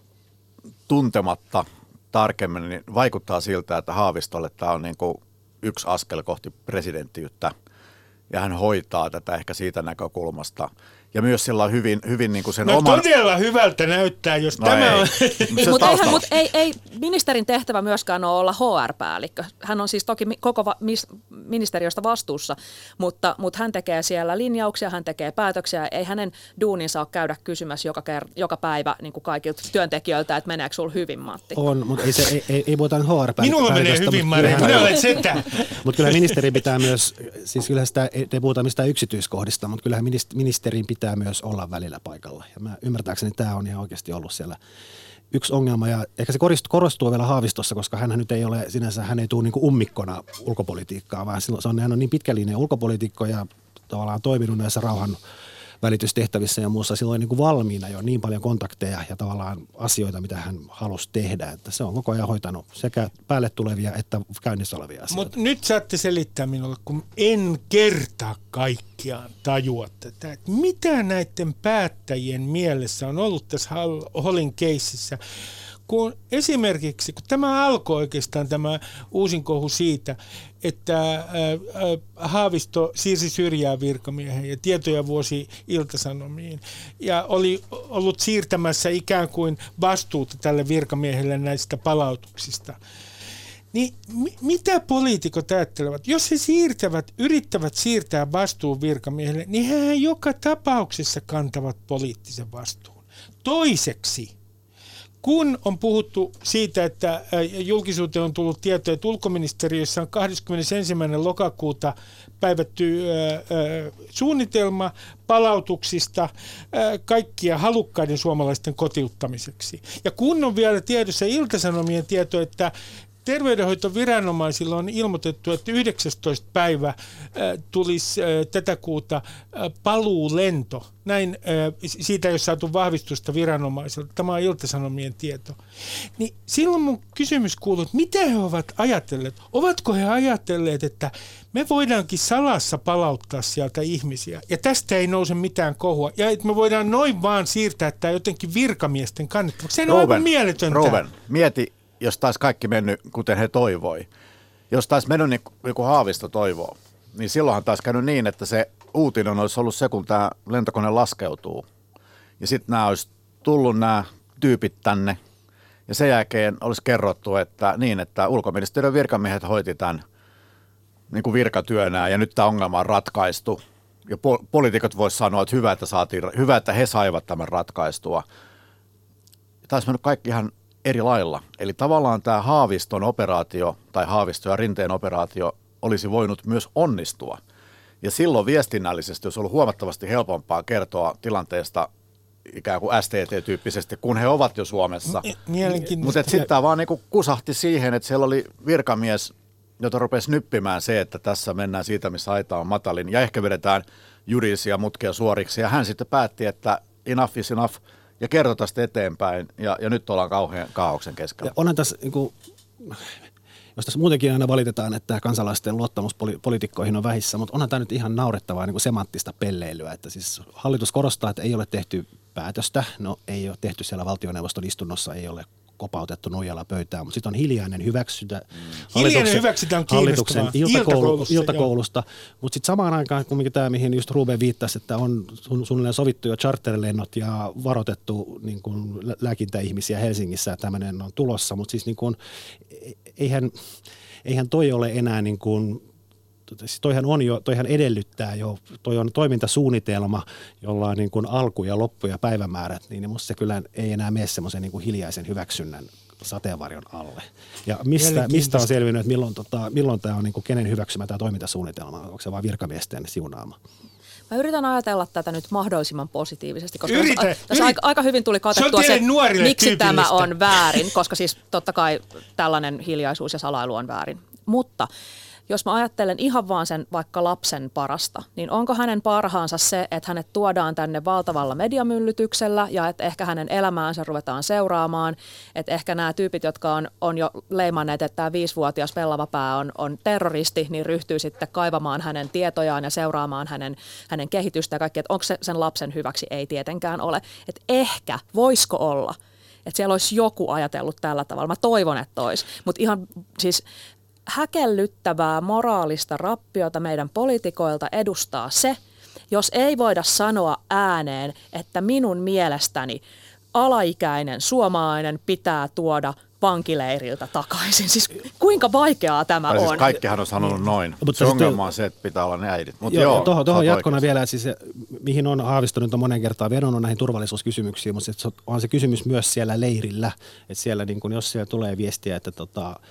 tuntematta tarkemmin niin vaikuttaa siltä, että Haavistolle tämä on niin kuin yksi askel kohti presidenttiyttä, ja hän hoitaa tätä ehkä siitä näkökulmasta. Ja myös sillä on hyvin, hyvin niin kuin sen no, oman... todella hyvältä näyttää, jos no tämä ei. on... Mutta eihän, mut ei, ei ministerin tehtävä myöskään ole olla H R-päällikkö. Hän on siis toki koko va- mis- ministeriöstä vastuussa, mutta, mutta hän tekee siellä linjauksia, hän tekee päätöksiä. Ei hänen duuninsa ole käydä kysymässä joka, ker- joka päivä niin kuin kaikilta työntekijöiltä, että meneekö sulla hyvin, Matti? On, mutta ei, se, ei, ei, ei puhuta H R-päälliköstä. Minulla menee hyvin, Mari, minä olen setä. Mutta kyllä ministeri pitää myös, siis kyllä sitä ei, ei puhuta mistään yksityiskohdista, mutta kyllähän ministerin pitää myös olla välillä paikalla. Ja mä ymmärtääkseni tämä on ihan oikeasti ollut siellä yksi ongelma. Ja ehkä se korostuu vielä Haavistossa, koska hän nyt ei ole sinänsä, hän ei tule niin kuin ummikkona ulkopolitiikkaa, vaan se on, hän on niin pitkällinen ulkopolitiikko ja tavallaan toiminut näissä rauhan välitystehtävissä ja muussa silloin niin kuin valmiina jo niin paljon kontakteja ja tavallaan asioita, mitä hän halusi tehdä. Että se on koko ajan hoitanut sekä päälle tulevia että käynnissä olevia asioita. Mutta nyt saatte selittää minulle, kun en kerta kaikkiaan tajua tätä, että mitä näiden päättäjien mielessä on ollut tässä Holin keississä. Kun esimerkiksi, kun tämä alkoi oikeastaan tämä uusin kohu siitä, että ää, ää, Haavisto siirsi syrjään virkamiehen ja tietoja vuosi Ilta-Sanomiin ja oli ollut siirtämässä ikään kuin vastuuta tälle virkamiehelle näistä palautuksista. Niin mi- mitä poliitikot ajattelevat? Jos he siirtävät, yrittävät siirtää vastuun virkamiehelle, niin he joka tapauksessa kantavat poliittisen vastuun. Toiseksi, kun on puhuttu siitä, että julkisuuteen on tullut tietoa, että ulkoministeriössä on kahdeskymmenesensimmäinen lokakuuta päivätty suunnitelma palautuksista kaikkia halukkaiden suomalaisten kotiuttamiseksi. Ja kun on vielä tiedossa Ilta-Sanomien tieto, että terveydenhoitoviranomaisilla on ilmoitettu, että yhdeksästoista päivä tulisi tätä kuuta paluulento. Näin siitä ei ole saatu vahvistusta viranomaisilta. Tämä on Ilta-Sanomien tieto. Niin silloin mun kysymys kuuluu, että mitä he ovat ajatelleet? Ovatko he ajatelleet, että me voidaankin salassa palauttaa sieltä ihmisiä ja tästä ei nouse mitään kohua. Ja että me voidaan noin vaan siirtää tämä jotenkin virkamiesten kannettavaksi. Se on aivan mieletöntä. Ruben, mieti. Jos taisi kaikki mennyt, kuten he toivoi. Jos taisi mennyt niin, niin kuin Haavisto toivoo, niin silloinhan taisi käynyt niin, että se uutinen olisi ollut se, kun tämä lentokone laskeutuu. Ja sitten nämä olisi tullut nämä tyypit tänne. Ja sen jälkeen olisi kerrottu, että niin, että ulkoministeriön virkamiehet hoiti tämän niin kuin virkatyönään ja nyt tämä ongelma on ratkaistu. Ja po- poliitikot voisivat sanoa, että hyvä, että saatiin, hyvä, että he saivat tämän ratkaistua. Taisi mennyt kaikki ihan eri lailla. Eli tavallaan tämä Haaviston operaatio tai Haavisto ja Rinteen operaatio olisi voinut myös onnistua. Ja silloin viestinnällisesti olisi ollut huomattavasti helpompaa kertoa tilanteesta ikään kuin S T T-tyyppisesti, kun he ovat jo Suomessa. Mutta sitten tämä vaan niinku kusahti siihen, että siellä oli virkamies, jota rupesi nyppimään se, että tässä mennään siitä, missä aita on matalin, ja ehkä vedetään juridisia mutkia suoriksi. Ja hän sitten päätti, että enough is enough, ja kertoi tästä eteenpäin, ja, ja nyt ollaan kauhean kaaoksen keskellä. Ja onhan tässä, niin kuin, jos tässä muutenkin aina valitetaan, että kansalaisten luottamus poli- poliitikkoihin on vähissä, mutta onhan tämä nyt ihan naurettavaa niin kuin semanttista pelleilyä. Että siis hallitus korostaa, että ei ole tehty päätöstä, no ei ole tehty siellä valtioneuvoston istunnossa, ei ole kopautettu nuijalla pöytään, mutta sitten on hiljainen hyväksyntä mm. Hiljainen hyväksyntä on hallituksen iltakoulu, iltakoulusta, mutta sitten samaan aikaan kumminkin tämä, mihin just Ruben viittasi, että on suunnilleen sovittu jo charterlennot ja varoitettu niin kuin lääkintäihmisiä Helsingissä, että tämmöinen on tulossa, mutta siis niin kuin, eihän, eihän toi ole enää niin kuin, toihan, on jo, toihan edellyttää jo, toi on toimintasuunnitelma, jolla on niin kuin alku ja loppu ja päivämäärät, niin musta se kyllä ei enää mene semmoisen niin kuin hiljaisen hyväksynnän sateenvarjon alle. Ja mistä, mistä on selvinnyt, että milloin, tota, milloin tämä on niin kuin kenen hyväksymä tämä toimintasuunnitelma, onko se vain virkamiesten siunaama? Mä yritän ajatella tätä nyt mahdollisimman positiivisesti, koska yritä, tässä, tässä aika, aika hyvin tuli katettua se, se miksi tyypillistä. Tämä on väärin, koska siis totta kai tällainen hiljaisuus ja salailu on väärin. Mutta jos mä ajattelen ihan vaan sen vaikka lapsen parasta, niin onko hänen parhaansa se, että hänet tuodaan tänne valtavalla mediamyllytyksellä ja että ehkä hänen elämäänsä ruvetaan seuraamaan, että ehkä nämä tyypit, jotka on, on jo leimanneet, että tämä viisivuotias pellava pää on, on terroristi, niin ryhtyy sitten kaivamaan hänen tietojaan ja seuraamaan hänen, hänen kehitystä ja kaikki, että onko se sen lapsen hyväksi, ei tietenkään ole. Että ehkä, voisiko olla, että siellä olisi joku ajatellut tällä tavalla, mä toivon, että olisi, mutta ihan siis häkellyttävää moraalista rappiota meidän poliitikoilta edustaa se, jos ei voida sanoa ääneen, että minun mielestäni alaikäinen suomalainen pitää tuoda vankileiriltä takaisin. Siis kuinka vaikeaa tämä tai on? Siis kaikkihan on sanonut noin. Mutta se ongelma on se, että pitää olla ne äidit. Mut joo, joo, tuohon, tuohon jatkona vielä, että siis, mihin on Haavisto nyt on monen kertaan vedonnut näihin turvallisuuskysymyksiin, mutta on se kysymys myös siellä leirillä. Että siellä, niin kun, jos siellä tulee viestiä, että tota,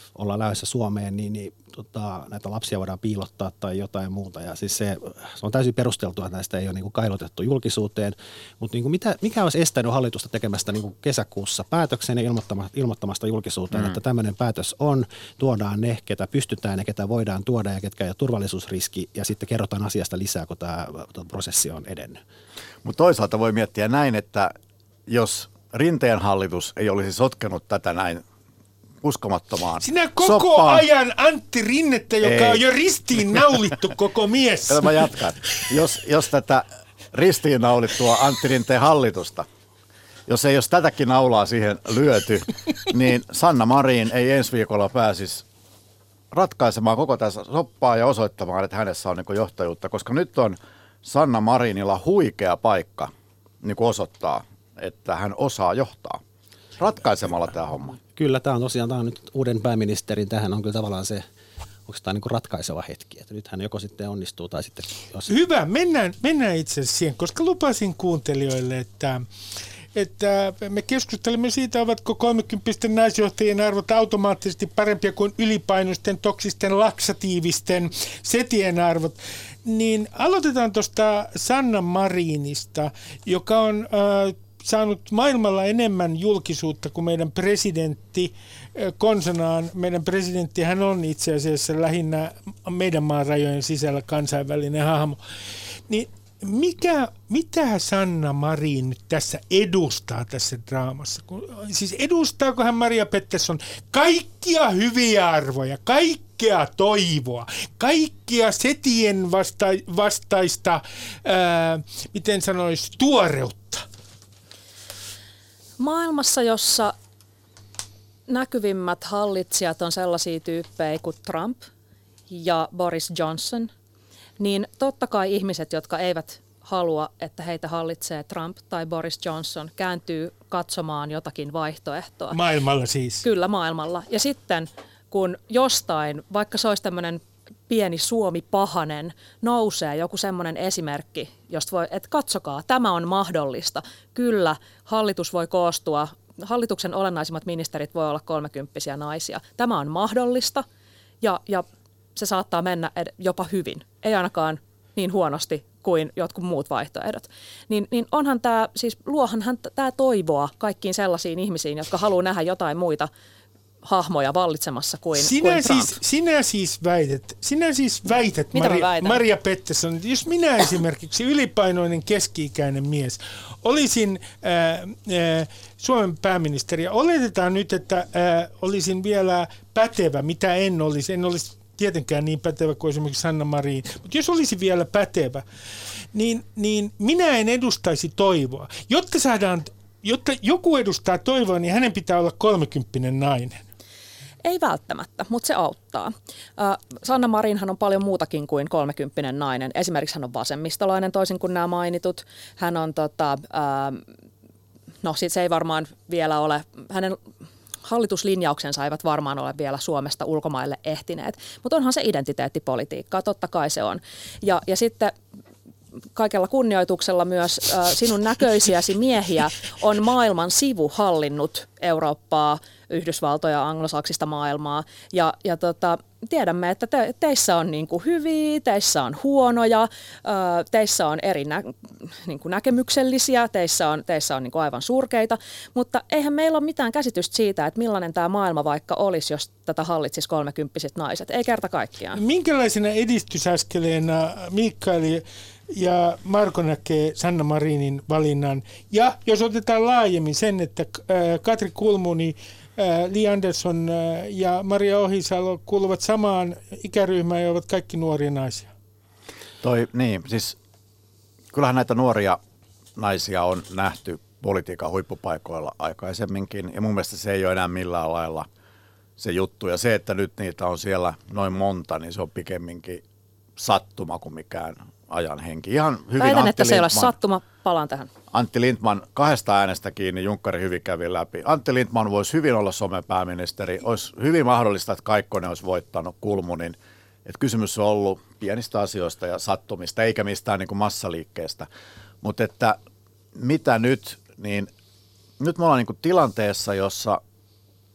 ollaan lähdössä Suomeen, niin, niin tota, näitä lapsia voidaan piilottaa tai jotain muuta. Ja siis se, se on täysin perusteltua, että näistä ei ole niin kuin kailotettu julkisuuteen. Mutta niin kuin mitä, mikä olisi estänyt hallitusta tekemästä niin kuin kesäkuussa päätöksen ja ilmoittamasta, ilmoittamasta julkisuuteen, mm. että tämmöinen päätös on, tuodaan ne, ketä pystytään ja ketä voidaan tuoda ja ketkä ei ole turvallisuusriski, ja sitten kerrotaan asiasta lisää, kun tämä prosessi on edennyt. Mutta toisaalta voi miettiä näin, että jos Rinteen hallitus ei olisi sotkenut tätä näin uskomattomaan Sinä koko soppaan. ajan Antti Rinnettä, joka Ei. on jo ristiin naulittu koko mies. Tätä mä jatkan. Jos, jos tätä ristiin naulittua Antti Rinteen hallitusta, jos ei jos tätäkin naulaa siihen lyöty, niin Sanna Marin ei ensi viikolla pääsisi ratkaisemaan koko tässä soppaa ja osoittamaan, että hänessä on niin kuin johtajuutta, koska nyt on Sanna Marinilla huikea paikka niin kuin osoittaa, että hän osaa johtaa ratkaisemalla tämä homma. Kyllä, tämä on tosiaan tämä on nyt uuden pääministerin, tähän on kyllä tavallaan se oikeastaan niin kuin ratkaiseva hetki, että nyt hän joko sitten onnistuu tai sitten... Jos... Hyvä, mennään, mennään itse asiassa siihen, koska lupasin kuuntelijoille, että, että me keskustelemme siitä, ovatko kolmekymppisten naisjohtajien arvot automaattisesti parempia kuin ylipainoisten, toksisten, laksatiivisten setien arvot. Niin aloitetaan tuosta Sanna Marinista, joka on äh, saanut maailmalla enemmän julkisuutta kuin meidän presidentti äh, konsanaan. Meidän presidentti hän on itse asiassa lähinnä meidän maan rajojen sisällä kansainvälinen hahmo. Niin mikä, mitä Sanna Marin nyt tässä edustaa tässä draamassa? Siis edustaako hän Maria Pettersson kaikkia hyviä arvoja, kaikkea toivoa, kaikkia setien vasta, vastaista, ää, miten sanoisi, tuoreutta? Maailmassa, jossa näkyvimmät hallitsijat on sellaisia tyyppejä kuin Trump ja Boris Johnson, niin totta kai ihmiset, jotka eivät halua, että heitä hallitsee Trump tai Boris Johnson, kääntyy katsomaan jotakin vaihtoehtoa. Maailmalla siis. Kyllä, maailmalla. Ja sitten kun jostain, vaikka se olisi tämmöinen pieni Suomi-pahanen, nousee joku semmoinen esimerkki, josta voi, että katsokaa, tämä on mahdollista. Kyllä, hallitus voi koostua, hallituksen olennaisimmat ministerit voi olla kolmekymppisiä naisia. Tämä on mahdollista ja, ja se saattaa mennä ed- jopa hyvin. Ei ainakaan niin huonosti kuin jotkut muut vaihtoehdot. Niin, niin onhan tämä, siis luohan tämä toivoa kaikkiin sellaisiin ihmisiin, jotka haluaa nähdä jotain muita hahmoja vallitsemassa kuin, sinä kuin Trump. Siis, sinä siis väität, sinä siis väität Mitä Maria, väitän? Maria Pettersson, että jos minä esimerkiksi ylipainoinen keski-ikäinen mies olisin ää, ää, Suomen pääministeri, ja oletetaan nyt, että ää, olisin vielä pätevä, mitä en olisi, en olisi tietenkään niin pätevä kuin esimerkiksi Sanna Marin, mutta jos olisi vielä pätevä, niin, niin minä en edustaisi toivoa. Jotta saadaan, jotta joku edustaa toivoa, niin hänen pitää olla kolmekymppinen nainen. Ei välttämättä, mutta se auttaa. Sanna Marinhan on paljon muutakin kuin kolmekymppinen nainen. Esimerkiksi hän on vasemmistolainen, toisin kuin nämä mainitut. Hän on, tota, no sit se ei varmaan vielä ole, hänen hallituslinjauksensa eivät varmaan ole vielä Suomesta ulkomaille ehtineet. Mutta onhan se identiteettipolitiikkaa, totta kai se on. Ja, ja sitten kaikella kunnioituksella myös äh, sinun näköisiäsi miehiä on maailman sivu hallinnut Eurooppaa, Yhdysvaltoja, anglosaksista maailmaa. Ja, ja tota, tiedämme, että te, teissä on niin kuin hyviä, teissä on huonoja, ää, teissä on eri nä, niin kuin näkemyksellisiä, teissä on, teissä on niin kuin aivan surkeita. Mutta eihän meillä ole mitään käsitystä siitä, että millainen tämä maailma vaikka olisi, jos tätä hallitsisi kolmekymppiset naiset. Ei kerta kaikkiaan. Minkälaisena edistysaskeleena Mikael ja Marko näkee Sanna Marinin valinnan? Ja jos otetaan laajemmin sen, että Katri Kulmuni, Li Andersson ja Maria Ohisalo kuuluvat samaan ikäryhmään ja ovat kaikki nuoria naisia. Toi, niin, siis kyllähän näitä nuoria naisia on nähty politiikan huippupaikoilla aikaisemminkin, ja mun mielestä se ei ole enää millään lailla se juttu. Ja se, että nyt niitä on siellä noin monta, niin se on pikemminkin sattuma kuin mikään ajan henki. Ihan hyvin Väitän, Antti että se ei ole Lindtman, sattuma. Palaan tähän. Antti Lindtman kahdesta äänestä kiinni, Junkkari hyvin kävi läpi. Antti Lindtman voisi hyvin olla Suomen pääministeri. Olisi hyvin mahdollista, että Kaikkonen olisi voittanut Kulmunin. Että kysymys on ollut pienistä asioista ja sattumista, eikä mistään niin kuin massaliikkeestä. Mutta että mitä nyt, niin nyt me ollaan niin kuin tilanteessa, jossa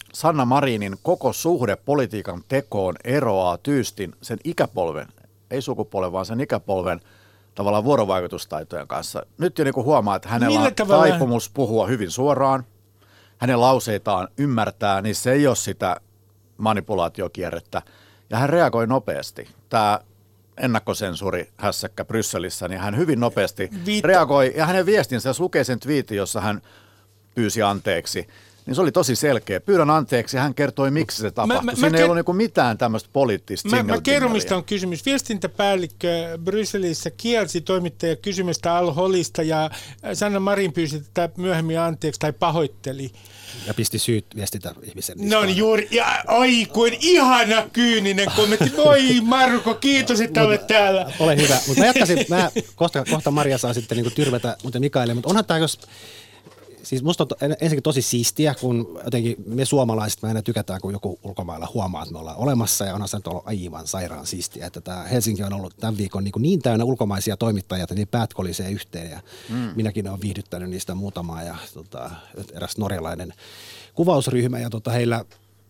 Sanna Marinin koko suhde politiikan tekoon eroaa tyystin sen ikäpolven, ei sukupolven, vaan sen ikäpolven tavallaan vuorovaikutustaitojen kanssa. Nyt jo niin kuin huomaa, että hänellä on taipumus puhua hyvin suoraan, hänen lauseitaan ymmärtää, niin se ei ole sitä manipulaatiokierrettä, ja hän reagoi nopeasti. Tämä ennakkosensuuri hässäkkä Brysselissä, niin hän hyvin nopeasti Viita. reagoi, ja hänen viestinsä, jos lukee sen twiitin, jossa hän pyysi anteeksi, niin se oli tosi selkeä. Pyydän anteeksi, hän kertoi, miksi se tapahtui. Mä, mä, Siinä mä ei ker- ollut niinku mitään tämmöistä poliittista Mä, mä kerron, mistä on kysymys. Viestintäpäällikkö Brysselissä kielsi toimittaja kysymästä Al-Holista, ja Sanna Marin pyysi tätä myöhemmin anteeksi tai pahoitteli. Ja pisti syyt viestintä ihmisen. No niin juuri, ja oi kuin ihana kyyninen kommentti. Voi Marko, kiitos, että olet täällä. Ole hyvä, mutta mä jatkaisin, mä kohta, kohta Maria saa sitten niinku tyrmätä, mutta Mikaelle, mutta onhan tämä, jos... Siis musta on ensinnäkin tosi siistiä, kun jotenkin me suomalaiset, me aina tykätään, kun joku ulkomailla huomaa, että me ollaan olemassa, ja onhan se nyt ollut aivan sairaan siistiä, että tämä Helsinki on ollut tämän viikon niin, niin täynnä ulkomaisia toimittajia, että niin päät kolisee yhteen, ja mm. minäkin olen viihdyttänyt niistä muutamaa, ja tota, eräs norjalainen kuvausryhmä, ja tota, heillä,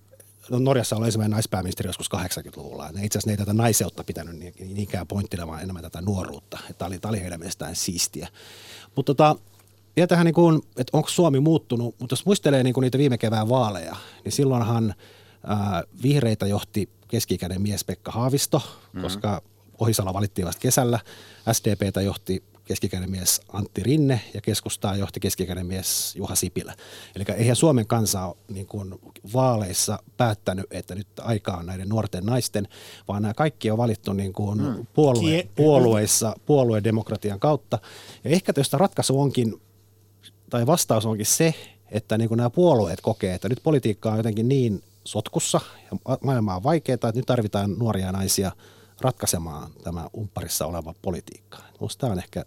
no Norjassa oli ensimmäinen naispääministeri joskus kahdeksankymmentäluvulla, ja itse asiassa ne ei tätä naiseutta pitänyt niinkään pointtina, vaan enemmän tätä nuoruutta, että tämä oli, tämä oli heidän mielestään siistiä. Mutta tota, ja tähän, niin kuin, että onko Suomi muuttunut, mutta jos muistelee niin kuin niitä viime kevään vaaleja, niin silloinhan ää, vihreitä johti keski-ikäinen mies Pekka Haavisto, mm-hmm. koska Ohisalo valittiin vasta kesällä. S D P:tä johti keski-ikäinen mies Antti Rinne ja keskustaa johti keski-ikäinen mies Juha Sipilä. Eli eihän Suomen kansa ole niin kuin vaaleissa päättänyt, että nyt aika on näiden nuorten naisten, vaan nämä kaikki on valittu niin kuin mm. puolue, puolueissa, puoluedemokratian kautta. Ja ehkä tästä ratkaisu onkin, tai vastaus onkin se, että niin kuin nämä puolueet kokee, että nyt politiikka on jotenkin niin sotkussa ja maailma on vaikeaa, että nyt tarvitaan nuoria naisia ratkaisemaan tämä umpparissa oleva politiikka. Minusta tämä on ehkä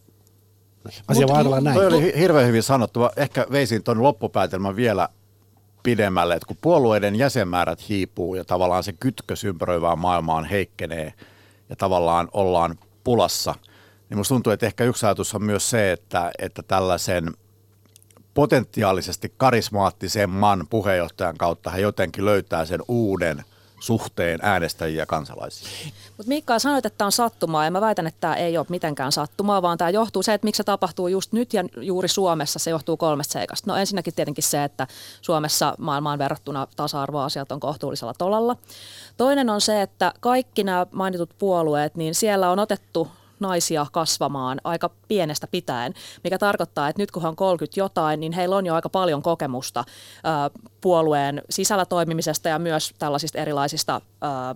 asia, vaan ajatellaan näin. Toi oli hirveän hyvin sanottu. Ehkä veisin tuon loppupäätelmän vielä pidemmälle, että kun puolueiden jäsenmäärät hiipuu ja tavallaan se kytkös ympäröivään maailmaan heikkenee ja tavallaan ollaan pulassa, niin musta tuntuu, että ehkä yksi ajatus on myös se, että, että tällaisen potentiaalisesti karismaattisemman puheenjohtajan kautta hän jotenkin löytää sen uuden suhteen äänestäjiä ja kansalaisia. Mutta Mikael, sanoit, että tämä on sattumaa, ja mä väitän, että tämä ei ole mitenkään sattumaa, vaan tämä johtuu se, että miksi se tapahtuu just nyt ja juuri Suomessa, se johtuu kolmesta seikasta. No ensinnäkin tietenkin se, että Suomessa maailmaan verrattuna tasa-arvoasiat on kohtuullisella tolalla. Toinen on se, että kaikki nämä mainitut puolueet, niin siellä on otettu naisia kasvamaan aika pienestä pitäen, mikä tarkoittaa, että nyt kun he on kolmekymmentä jotain, niin heillä on jo aika paljon kokemusta ää, puolueen sisällä toimimisesta ja myös tällaisista erilaisista ää,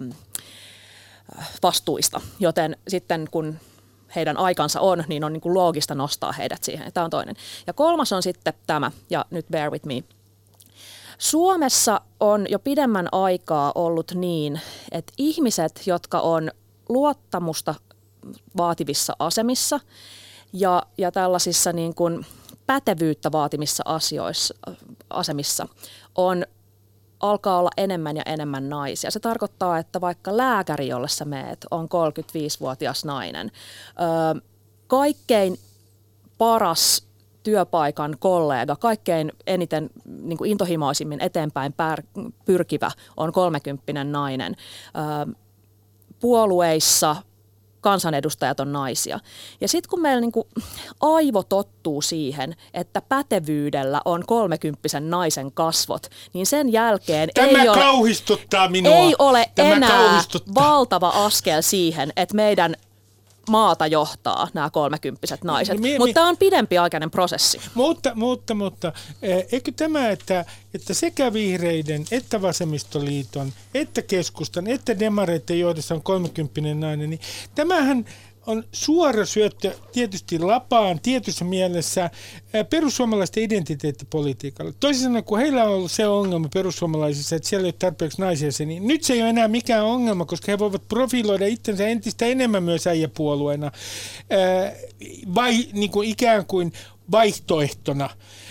vastuista, joten sitten kun heidän aikansa on, niin on niin kuin loogista nostaa heidät siihen. Tämä on toinen. Ja kolmas on sitten tämä, ja nyt bear with me. Suomessa on jo pidemmän aikaa ollut niin, että ihmiset, jotka on luottamusta vaativissa asemissa ja, ja tällaisissa niin kuin pätevyyttä vaativissa asioissa, asemissa on, alkaa olla enemmän ja enemmän naisia. Se tarkoittaa, että vaikka lääkäri, jolle sä meet, on kolmekymmentäviisivuotias nainen. Öö, kaikkein paras työpaikan kollega, kaikkein eniten niin kuin intohimoisimmin eteenpäin pär, pyrkivä on kolmekymppinen nainen. Öö, puolueissa kansanedustajat on naisia. Ja sitten kun meillä niinku aivo tottuu siihen, että pätevyydellä on kolmekymppisen naisen kasvot, niin sen jälkeen Tämä ei ole, kauhistuttaa minua. ei ole Tämä enää valtava askel siihen, että meidän maata johtaa nämä kolmekymppiset naiset. Mi- mi- mutta tämä on pidempiaikainen prosessi. Mutta, mutta, mutta eikö tämä, että, että sekä vihreiden, että vasemmistoliiton, että keskustan, että demareiden johdossa on kolmekymppinen nainen, niin tämähän on suora syöttö tietysti lapaan tietyssä mielessä perussuomalaisten identiteettipolitiikalle. Toisin sanoen, kun heillä on ollut se ongelma perussuomalaisissa, että siellä ei ole tarpeeksi naisia, niin nyt se ei ole enää mikään ongelma, koska he voivat profiloida itsensä entistä enemmän myös äijäpuolueena, vai niin kuin ikään kuin vaihtoehtona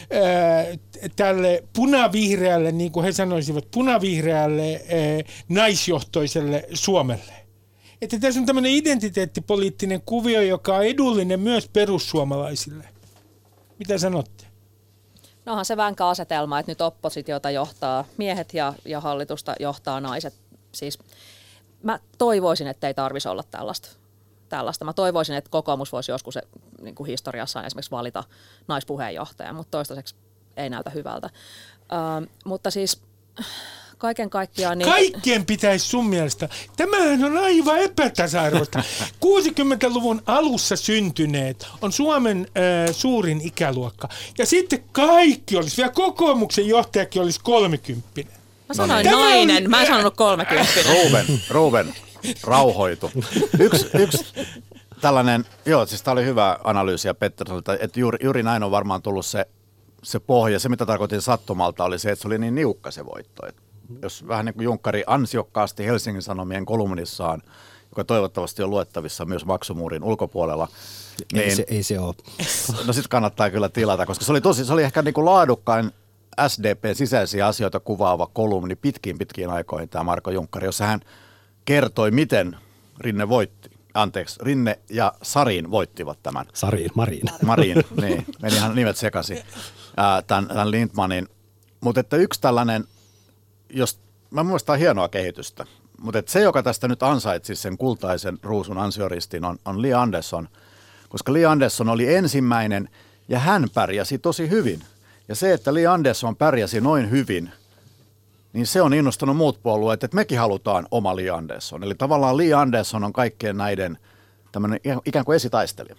tälle punavihreälle, niin kuin he sanoisivat, punavihreälle naisjohtoiselle Suomelle. Että tässä on tämmöinen identiteettipoliittinen kuvio, joka on edullinen myös perussuomalaisille. Mitä sanotte? No onhan se vänkä asetelma, että nyt oppositiota johtaa miehet ja, ja hallitusta johtaa naiset. Siis mä toivoisin, että ei tarvitsisi olla tällaista. tällaista. Mä toivoisin, että kokoomus voisi joskus niin kuin historiassaan esimerkiksi valita naispuheenjohtajan, mutta toistaiseksi ei näytä hyvältä. Uh, mutta siis kaiken kaikkiaan... Niin... Kaikkien pitäisi sun mielestä. Tämähän on aivan epätasa-arvoista. kuusikymmentäluvun alussa syntyneet on Suomen äh, suurin ikäluokka. Ja sitten kaikki olisi, vielä kokoomuksen johtajakin olisi kolmekymppinen. Mä sanoin no niin. nainen, mä en sanonut kolmekymppinen. Ruben, Ruben, rauhoitu. Yksi, yksi tällainen, joo siis tämä oli hyvä analyysi ja Petterssonilta, että juuri, juuri näin on varmaan tullut se, se pohja. Se mitä tarkoitin sattumalta oli se, että se oli niin niukka se voitto. Et jos vähän niin kuin Junkkari ansiokkaasti Helsingin Sanomien kolumnissaan, joka toivottavasti on luettavissa myös maksumuurin ulkopuolella. Niin, ei, se, ei se ole. No sitten kannattaa kyllä tilata, koska se oli, tosi, se oli ehkä niin kuin laadukkain S D P:n sisäisiä asioita kuvaava kolumni pitkiin pitkiin aikoihin tämä Marko Junkkari, jossa hän kertoi, miten Rinne voitti. Anteeksi, Rinne ja Sarin voittivat tämän. Sarin, Marin. Marin, niin. Meni ihan nimet sekaisin. Tämän, tämän Lindmanin. Mutta että yksi tällainen, jos, mä muistan hienoa kehitystä, mutta että se, joka tästä nyt ansaitsi sen kultaisen ruusun ansioristin, on, on Li Andersson. Koska Li Andersson oli ensimmäinen ja hän pärjäsi tosi hyvin. Ja se, että Li Andersson pärjäsi noin hyvin, niin se on innostanut muut puolueet, että mekin halutaan oma Li Andersson. Eli tavallaan Li Andersson on kaikkien näiden tämmöinen ikään kuin esitaistelija.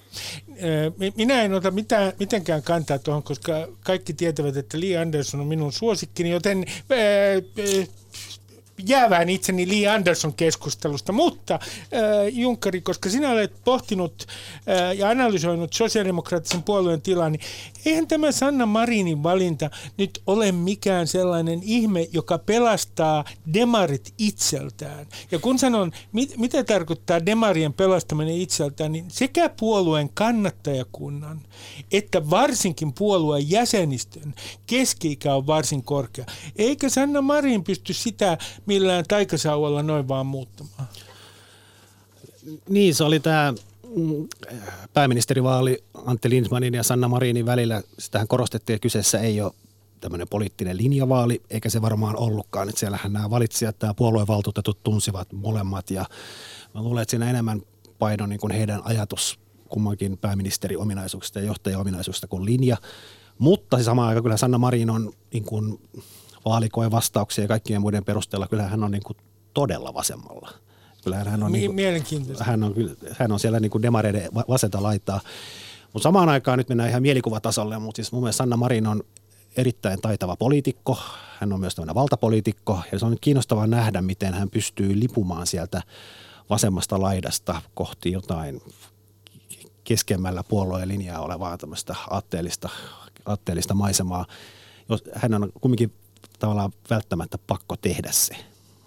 Minä en ota mitään, mitenkään kantaa tuohon, koska kaikki tietävät, että Li Andersson on minun suosikkini, joten ää, jäävään itseni Li Andersson keskustelusta, mutta äh, Junkkari, koska sinä olet pohtinut äh, ja analysoinut sosiaalidemokraattisen puolueen tilaa, niin eihän tämä Sanna Marinin valinta nyt ole mikään sellainen ihme, joka pelastaa demarit itseltään. Ja kun sanon, mit, mitä tarkoittaa demarien pelastaminen itseltään, niin sekä puolueen kannattajakunnan että varsinkin puolueen jäsenistön keski-ikä on varsin korkea. Eikä Sanna Marin pysty sitä millään taikasauvalla noin vaan muuttamaan. Niin, se oli tämä pääministerivaali Antti Lindmanin ja Sanna Marinin välillä. Sitähän korostettiin, että kyseessä ei ole tämmöinen poliittinen linjavaali, eikä se varmaan ollutkaan. Että siellähän nämä valitsijat, tämä puoluevaltuutetut tunsivat molemmat ja mä luulen, että siinä enemmän paino niin kuin heidän ajatus kummankin pääministeriominaisuuksista ja johtajaominaisuuksista kuin linja. Mutta siis samaan aikaan kyllä Sanna Marin on niin kuin vaalikoen vastauksia ja kaikkien muiden perusteella kyllä hän on niin kuin todella vasemmalla. Kyllä hän on, niin Mielenkiintoista. Hän on, hän on siellä niin kuin demareiden vasenta laitaa. Mutta samaan aikaan nyt mennään ihan mielikuvatasolle, mutta siis mun mielestä Sanna Marin on erittäin taitava poliitikko. Hän on myös tämmöinen valtapoliitikko ja se on nyt kiinnostavaa nähdä, miten hän pystyy lipumaan sieltä vasemmasta laidasta kohti jotain keskemmällä puolueen linjaa olevaa tämmöistä aatteellista, aatteellista maisemaa. Jos hän on kumminkin tavallaan välttämättä pakko tehdä se.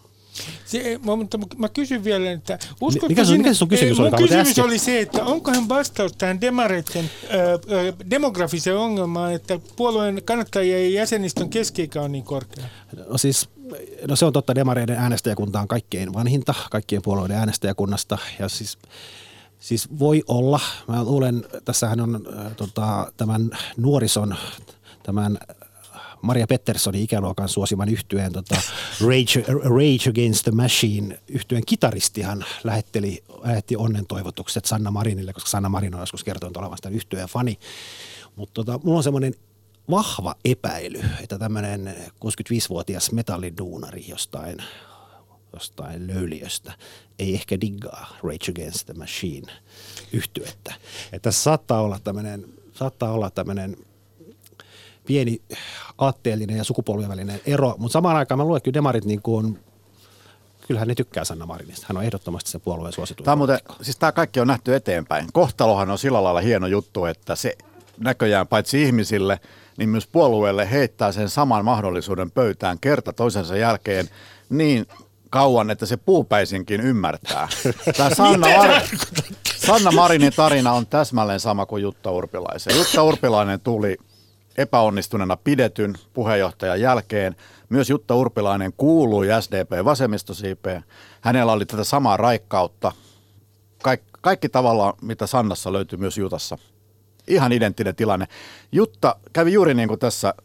se mutta mä kysyn vielä, että uskotko mikä, sinne, mikä sun kysymys oli? Mun kysymys oli se, että onkohan vastaus tähän demareiden ö, demografiseen ongelmaan, että puolueen kannattajien ja jäsenistön keski-ikä on niin korkea? No siis, no se on totta, demareiden äänestäjäkunta on kaikkein vanhinta, kaikkien puolueiden äänestäjäkunnasta ja siis Siis voi olla. Mä luulen, tässähän on äh, tota, tämän nuorison, tämän Maria Petterssonin ikäluokan suosiman yhtyeen tota, Rage, Rage Against the Machine yhtyeen kitaristihan lähetteli, lähetti onnen toivotukset Sanna Marinille, koska Sanna Marin on joskus kertonut olevan sitä yhtyeen fani. Mutta tota, mulla on semmoinen vahva epäily, että tämmöinen kuusikymmentäviisivuotias metalliduunari jostain jostain löyliöstä ei ehkä diggaa Rage Against the Machine -yhtyettä. Että tässä saattaa olla tämmöinen, saattaa olla tämmöinen pieni aatteellinen ja sukupolvien välinen ero, mutta samaan aikaan mä luulen, että kyllä demarit niin kuin, kyllähän ne tykkää Sanna Marinista. Hän on ehdottomasti se puolueen suosituin. Tämä, muuten, siis tämä kaikki on nähty eteenpäin. Kohtalohan on sillä lailla hieno juttu, että se näköjään paitsi ihmisille, niin myös puolueelle heittää sen saman mahdollisuuden pöytään kerta toisensa jälkeen niin kauan, että se puupäisinkin ymmärtää. Tämä Sanna, Mar- Sanna Marinin tarina on täsmälleen sama kuin Jutta Urpilaisen. Jutta Urpilainen tuli epäonnistuneena pidetyn puheenjohtajan jälkeen. Myös Jutta Urpilainen kuului S D P-vasemmistosiipeen. Hänellä oli tätä samaa raikkautta. Kaik- kaikki tavallaan, mitä Sannassa löytyy myös Jutassa. Ihan identtinen tilanne. Jutta kävi juuri niin kuin tässä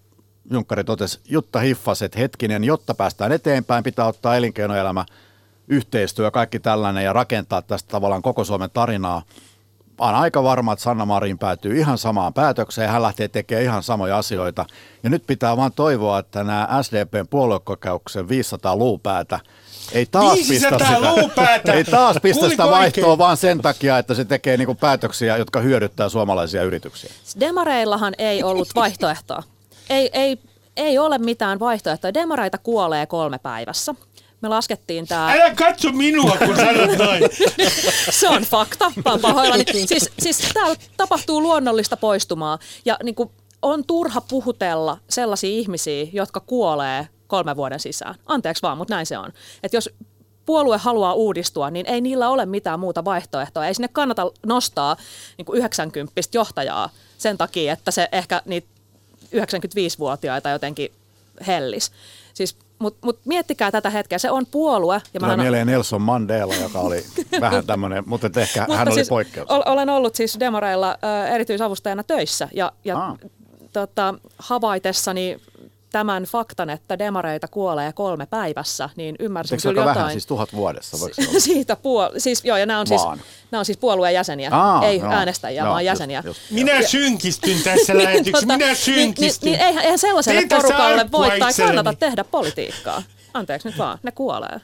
Junkkari totesi, Jutta hiffasi, että hetkinen, jotta päästään eteenpäin, pitää ottaa elinkeinoelämä, yhteistyö ja kaikki tällainen ja rakentaa tästä tavallaan koko Suomen tarinaa. On aika varma, että Sanna Marin päätyy ihan samaan päätökseen ja hän lähtee tekemään ihan samoja asioita. Ja nyt pitää vaan toivoa, että nämä S D P:n puoluekokouksen viisisataa luupäätä ei taas pistä sitä, ei taas pistä sitä vaihtoa vaan sen takia, että se tekee niinku päätöksiä, jotka hyödyttää suomalaisia yrityksiä. Demareillahan ei ollut vaihtoehtoa. Ei, ei, ei ole mitään vaihtoehtoa. Demareita kuolee kolme päivässä. Me laskettiin tää... Älä katso minua, kun sanot noin. Se on fakta, vaan pahoillani. Siis, siis täällä tapahtuu luonnollista poistumaa ja niin kuin on turha puhutella sellaisia ihmisiä, jotka kuolee kolmen vuoden sisään. Anteeksi vaan, mutta näin se on. Että jos puolue haluaa uudistua, niin ei niillä ole mitään muuta vaihtoehtoa. Ei sinne kannata nostaa niin kuin yhdeksänkymppistä johtajaa sen takia, että se ehkä niitä yhdeksänkymmentäviisivuotiaita jotenkin hellis. Siis Mutta mut miettikää tätä hetkeä, se on puolue. Ja Tulee mä mieleen Nelson Mandela, joka oli vähän tämmöinen, mutta ehkä mutta hän siis oli poikkeus. Olen ollut siis Demareilla äh, erityisavustajana töissä ja, ja ah. tota, havaitessani tämän faktan, että demareita kuolee kolme päivässä, niin ymmärsin kyllä jotain. Vähän, siis tuhat vuodessa, voiko se Siitä puol- siis, joo, ja nämä on, siis, nämä on siis puolueen jäseniä, Aa, ei no, äänestäjiä, no, vaan jäseniä. Just, just. Minä ja, synkistyn tässä lähetyksessä, tota, minä synkistyn. Niin, niin, eihän, eihän sellaiselle Teitä porukalle voi tai kannata tehdä politiikkaa. Anteeksi nyt vaan, ne kuolee.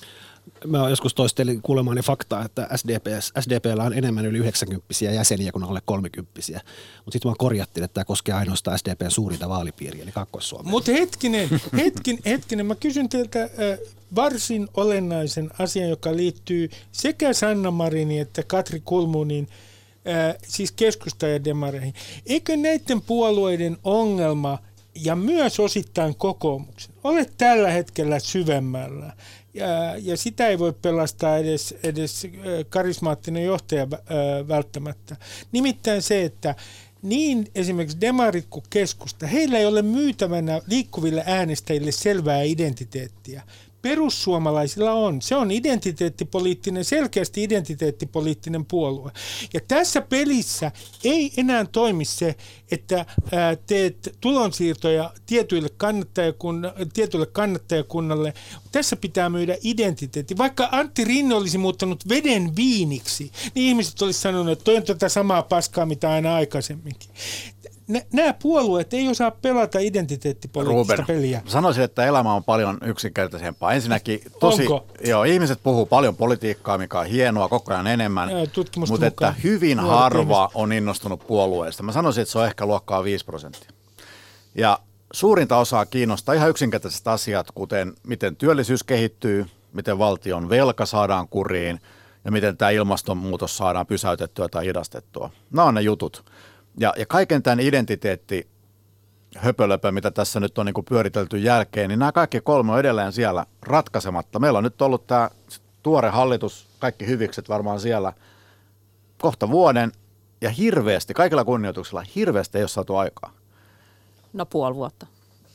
Mä joskus toistelin kuulemaani faktaa, että S D P, S D P:llä on enemmän yli yhdeksänkymppisiä jäseniä kuin alle kolmekymppisiä. Mutta sitten vaan korjattiin, että tämä koskee ainoastaan S D P:n suurinta vaalipiiriä, eli Kaakkois-Suomea. Mutta hetkinen, hetkin, hetkinen, mä kysyn teiltä äh, varsin olennaisen asian, joka liittyy sekä Sanna Mariniin että Katri Kulmuniin, äh, siis keskusta ja demareihin. Eikö näiden puolueiden ongelma ja myös osittain kokoomuksen ole tällä hetkellä syvemmällä? Ja, ja sitä ei voi pelastaa edes, edes karismaattinen johtaja välttämättä. Nimittäin se, että niin esimerkiksi demarit kuin keskusta, heillä ei ole myytävänä liikkuville äänestäjille selvää identiteettiä. Perussuomalaisilla on. Se on identiteettipoliittinen, selkeästi identiteettipoliittinen puolue. Ja tässä pelissä ei enää toimi se, että ää, teet tulonsiirtoja tietyille, kannattajakun, tietyille kannattajakunnalle. Tässä pitää myydä identiteetti. Vaikka Antti Rinne olisi muuttanut veden viiniksi, niin ihmiset olisivat sanoneet, että toi on tätä samaa paskaa, mitä aina aikaisemminkin. Nämä puolueet ei osaa pelata identiteettipoliittista Ruben, peliä. Sanoisin, että elämä on paljon yksinkertaisempaa. Ensinnäkin tosi, joo, ihmiset puhuu paljon politiikkaa, mikä on hienoa, koko ajan enemmän, mutta että hyvin harva on innostunut puolueesta. Mä sanoisin, että se on ehkä luokkaa viisi prosenttia. Ja suurinta osaa kiinnostaa ihan yksinkertaiset asiat, kuten miten työllisyys kehittyy, miten valtion velka saadaan kuriin ja miten tämä ilmastonmuutos saadaan pysäytettyä tai hidastettua. Nämä on ne jutut. Ja, ja kaiken tämän identiteetti höpölöpö, mitä tässä nyt on niin kuin pyöritelty jälkeen, niin nämä kaikki kolme on edelleen siellä ratkaisematta. Meillä on nyt ollut tämä tuore hallitus, kaikki hyvikset varmaan siellä kohta vuoden, ja hirveästi, kaikilla kunnioituksella, hirveästi ei ole saatu aikaa. No puoli vuotta.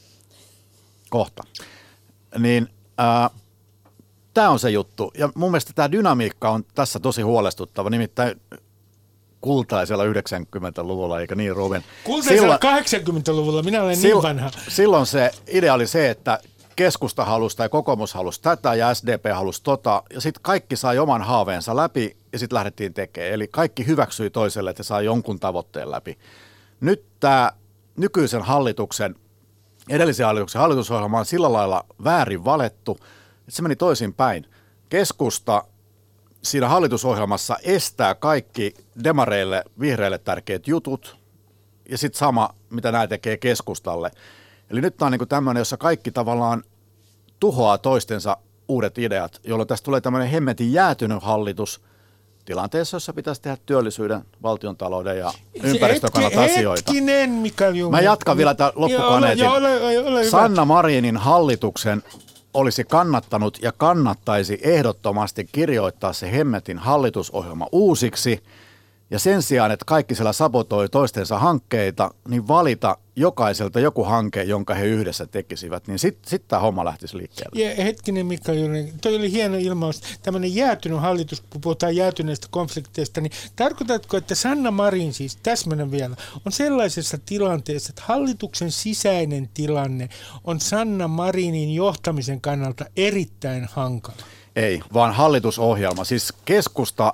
Kohta. Niin äh, tämä on se juttu. Ja mun mielestä tämä dynamiikka on tässä tosi huolestuttava, nimittäin kultaisella yhdeksänkymmentäluvulla, eikä niin, Ruben? Kultaisella silloin, kahdeksankymmentäluvulla, minä olen silloin, niin vanha. Silloin se idea oli se, että keskusta halusi tai kokoomus halusi tätä ja S D P halusi tota, ja sitten kaikki sai oman haaveensa läpi ja sitten lähdettiin tekemään. Eli kaikki hyväksyi toiselle, että saa jonkun tavoitteen läpi. Nyt tämä nykyisen hallituksen, edellisen hallituksen hallitusohjelma on sillä lailla väärin valettu, että se meni toisin päin. Keskusta siinä hallitusohjelmassa estää kaikki demareille, vihreille tärkeät jutut ja sitten sama, mitä nämä tekee keskustalle. Eli nyt tämä on niin tämmöinen, jossa kaikki tavallaan tuhoaa toistensa uudet ideat, jolloin tästä tulee tämmöinen hemmetin jäätynyt hallitus tilanteessa, jossa pitäisi tehdä työllisyyden, valtiontalouden ja ympäristön kannalta asioita. Hetkinen, Mikael Junge. Mä jatkan vielä tämän loppukaneetin. Sanna Marinin hallituksen olisi kannattanut ja kannattaisi ehdottomasti kirjoittaa se hemmetin hallitusohjelma uusiksi Ja sen sijaan, että kaikki siellä sabotoi toistensa hankkeita, niin valita jokaiselta joku hanke, jonka he yhdessä tekisivät, niin sitten sit tämä homma lähtisi liikkeelle. Ja hetkinen Mika Juuri, toi oli hieno ilmaus. Tämmöinen jäätynyt hallitus, kun puhutaan jäätyneistä konflikteista, niin tarkoitatko, että Sanna Marin siis, täsmennän vielä, on sellaisessa tilanteessa, että hallituksen sisäinen tilanne on Sanna Marinin johtamisen kannalta erittäin hankala? Ei, vaan hallitusohjelma. Siis keskusta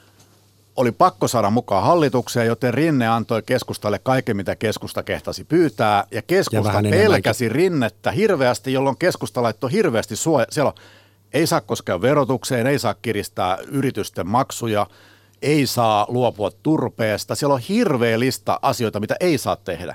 oli pakko saada mukaan hallitukseen, joten Rinne antoi keskustalle kaiken, mitä keskusta kehtasi pyytää. Ja keskusta ja pelkäsi Rinnettä hirveästi, jolloin keskusta laittoi hirveästi suoja. Siellä on, ei saa koskea verotukseen, ei saa kiristää yritysten maksuja, ei saa luopua turpeesta. Siellä on hirveä lista asioita, mitä ei saa tehdä.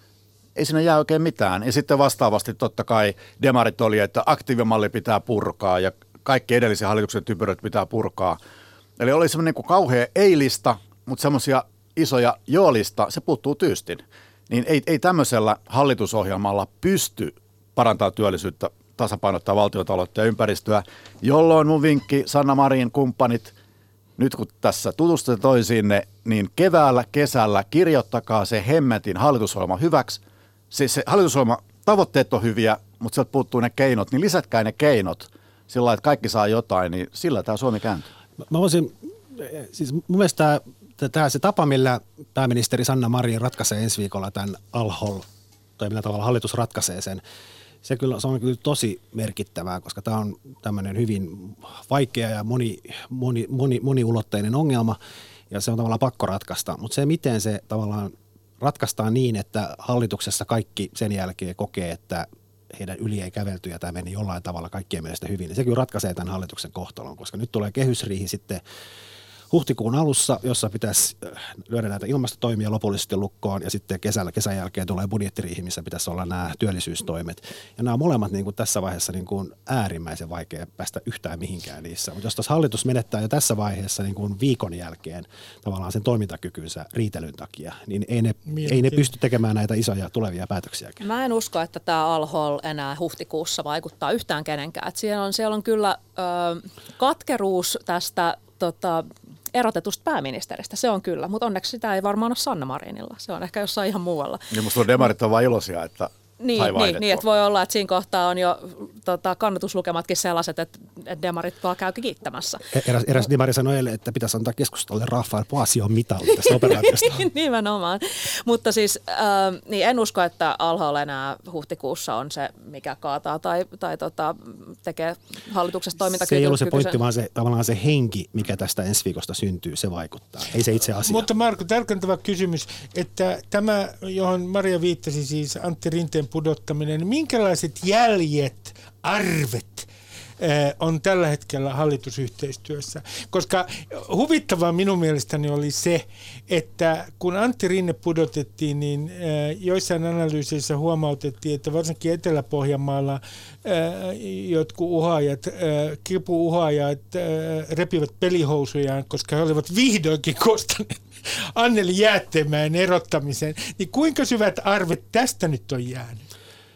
Ei siinä jää oikein mitään. Ja sitten vastaavasti totta kai demarit oli, että aktiivimalli pitää purkaa ja kaikki edellisen hallituksen typeröt pitää purkaa. Eli oli semmoinen niin kuin kauhea ei-lista, mutta semmoisia isoja joo-lista, se puuttuu tyystin. Niin ei, ei tämmöisellä hallitusohjelmalla pysty parantaa työllisyyttä, tasapainottaa valtiontaloutta ja ympäristöä, jolloin mun vinkki, Sanna Marin kumppanit, nyt kun tässä tutustutte toisiinne, niin keväällä, kesällä kirjoittakaa se hemmetin hallitusohjelma hyväksi. Siis se hallitusohjelma, tavoitteet on hyviä, mutta sieltä puuttuu ne keinot, niin lisätkää ne keinot sillä lailla, että kaikki saa jotain, niin sillä tämä Suomi kääntyy. Mä voisin, siis mun mielestä tämä se tapa, millä pääministeri Sanna Marin ratkaisee ensi viikolla tämän Al-Hol, tai millä tavalla hallitus ratkaisee sen, se, kyllä, se on kyllä tosi merkittävää, koska tämä on tämmöinen hyvin vaikea ja moni, moni, moni, moniulotteinen ongelma, ja se on tavallaan pakko ratkaista. Mutta se, miten se tavallaan ratkaistaan niin, että hallituksessa kaikki sen jälkeen kokee, että heidän yli ei kävelty ja tämä meni jollain tavalla kaikkien mielestä hyvin, niin se kyllä ratkaisee tämän hallituksen kohtalon, koska nyt tulee kehysriihi sitten huhtikuun alussa, jossa pitäisi lyödä näitä ilmastotoimia lopullisesti lukkoon, ja sitten kesällä, kesän jälkeen tulee budjettiriihi, missä pitäisi olla nämä työllisyystoimet. Ja nämä on molemmat niin kuin tässä vaiheessa niin kuin äärimmäisen vaikea päästä yhtään mihinkään niissä. Mutta jos tässä hallitus menettää jo tässä vaiheessa niin kuin viikon jälkeen tavallaan sen toimintakykynsä riitelyn takia, niin ei ne, ei ne pysty tekemään näitä isoja tulevia päätöksiäkään. Mä en usko, että tämä Al-Hol enää huhtikuussa vaikuttaa yhtään kenenkään. Et siellä, on, siellä on kyllä ö, katkeruus tästä Tota, erotetusta pääministeristä, se on kyllä, mutta onneksi sitä ei varmaan ole Sanna Marinilla, se on ehkä jossain ihan muualla. Niin musta on demarit on vaan iloisia, että niin, sai niin, niin, että voi olla, että siinä kohtaa on jo tota, kannatuslukematkin sellaiset, että, että demarit vaan käy kiittämässä. Eräs, eräs demari sanoi eilen, että pitäisi antaa keskustalle Rafael Paasion mitalli tästä operaatiosta. Nimenomaan, mutta siis äh, niin en usko, että Al-Hol enää huhtikuussa on se, mikä kaataa tai, tai tota, tekee hallituksesta toimintakykyisen. Se ei ollut se pointti, vaan se, tavallaan se henki, mikä tästä ensi viikosta syntyy, se vaikuttaa. Ei se itse asia. Mutta Marko, tarkentava kysymys, että tämä, johon Maria viittasi, siis Antti Rinteen pudottaminen, niin minkälaiset jäljet, arvet on tällä hetkellä hallitusyhteistyössä? Koska huvittavaa minun mielestäni oli se, että kun Antti Rinne pudotettiin, niin joissain analyyseissä huomautettiin, että varsinkin Etelä-Pohjanmaalla jotkut uhaajat, kipu-uhaajat repivät pelihousujaan, koska he olivat vihdoinkin kostaneet Anneli Jäätteenmäen erottamisen. Niin kuinka syvät arvet tästä nyt on jäänyt?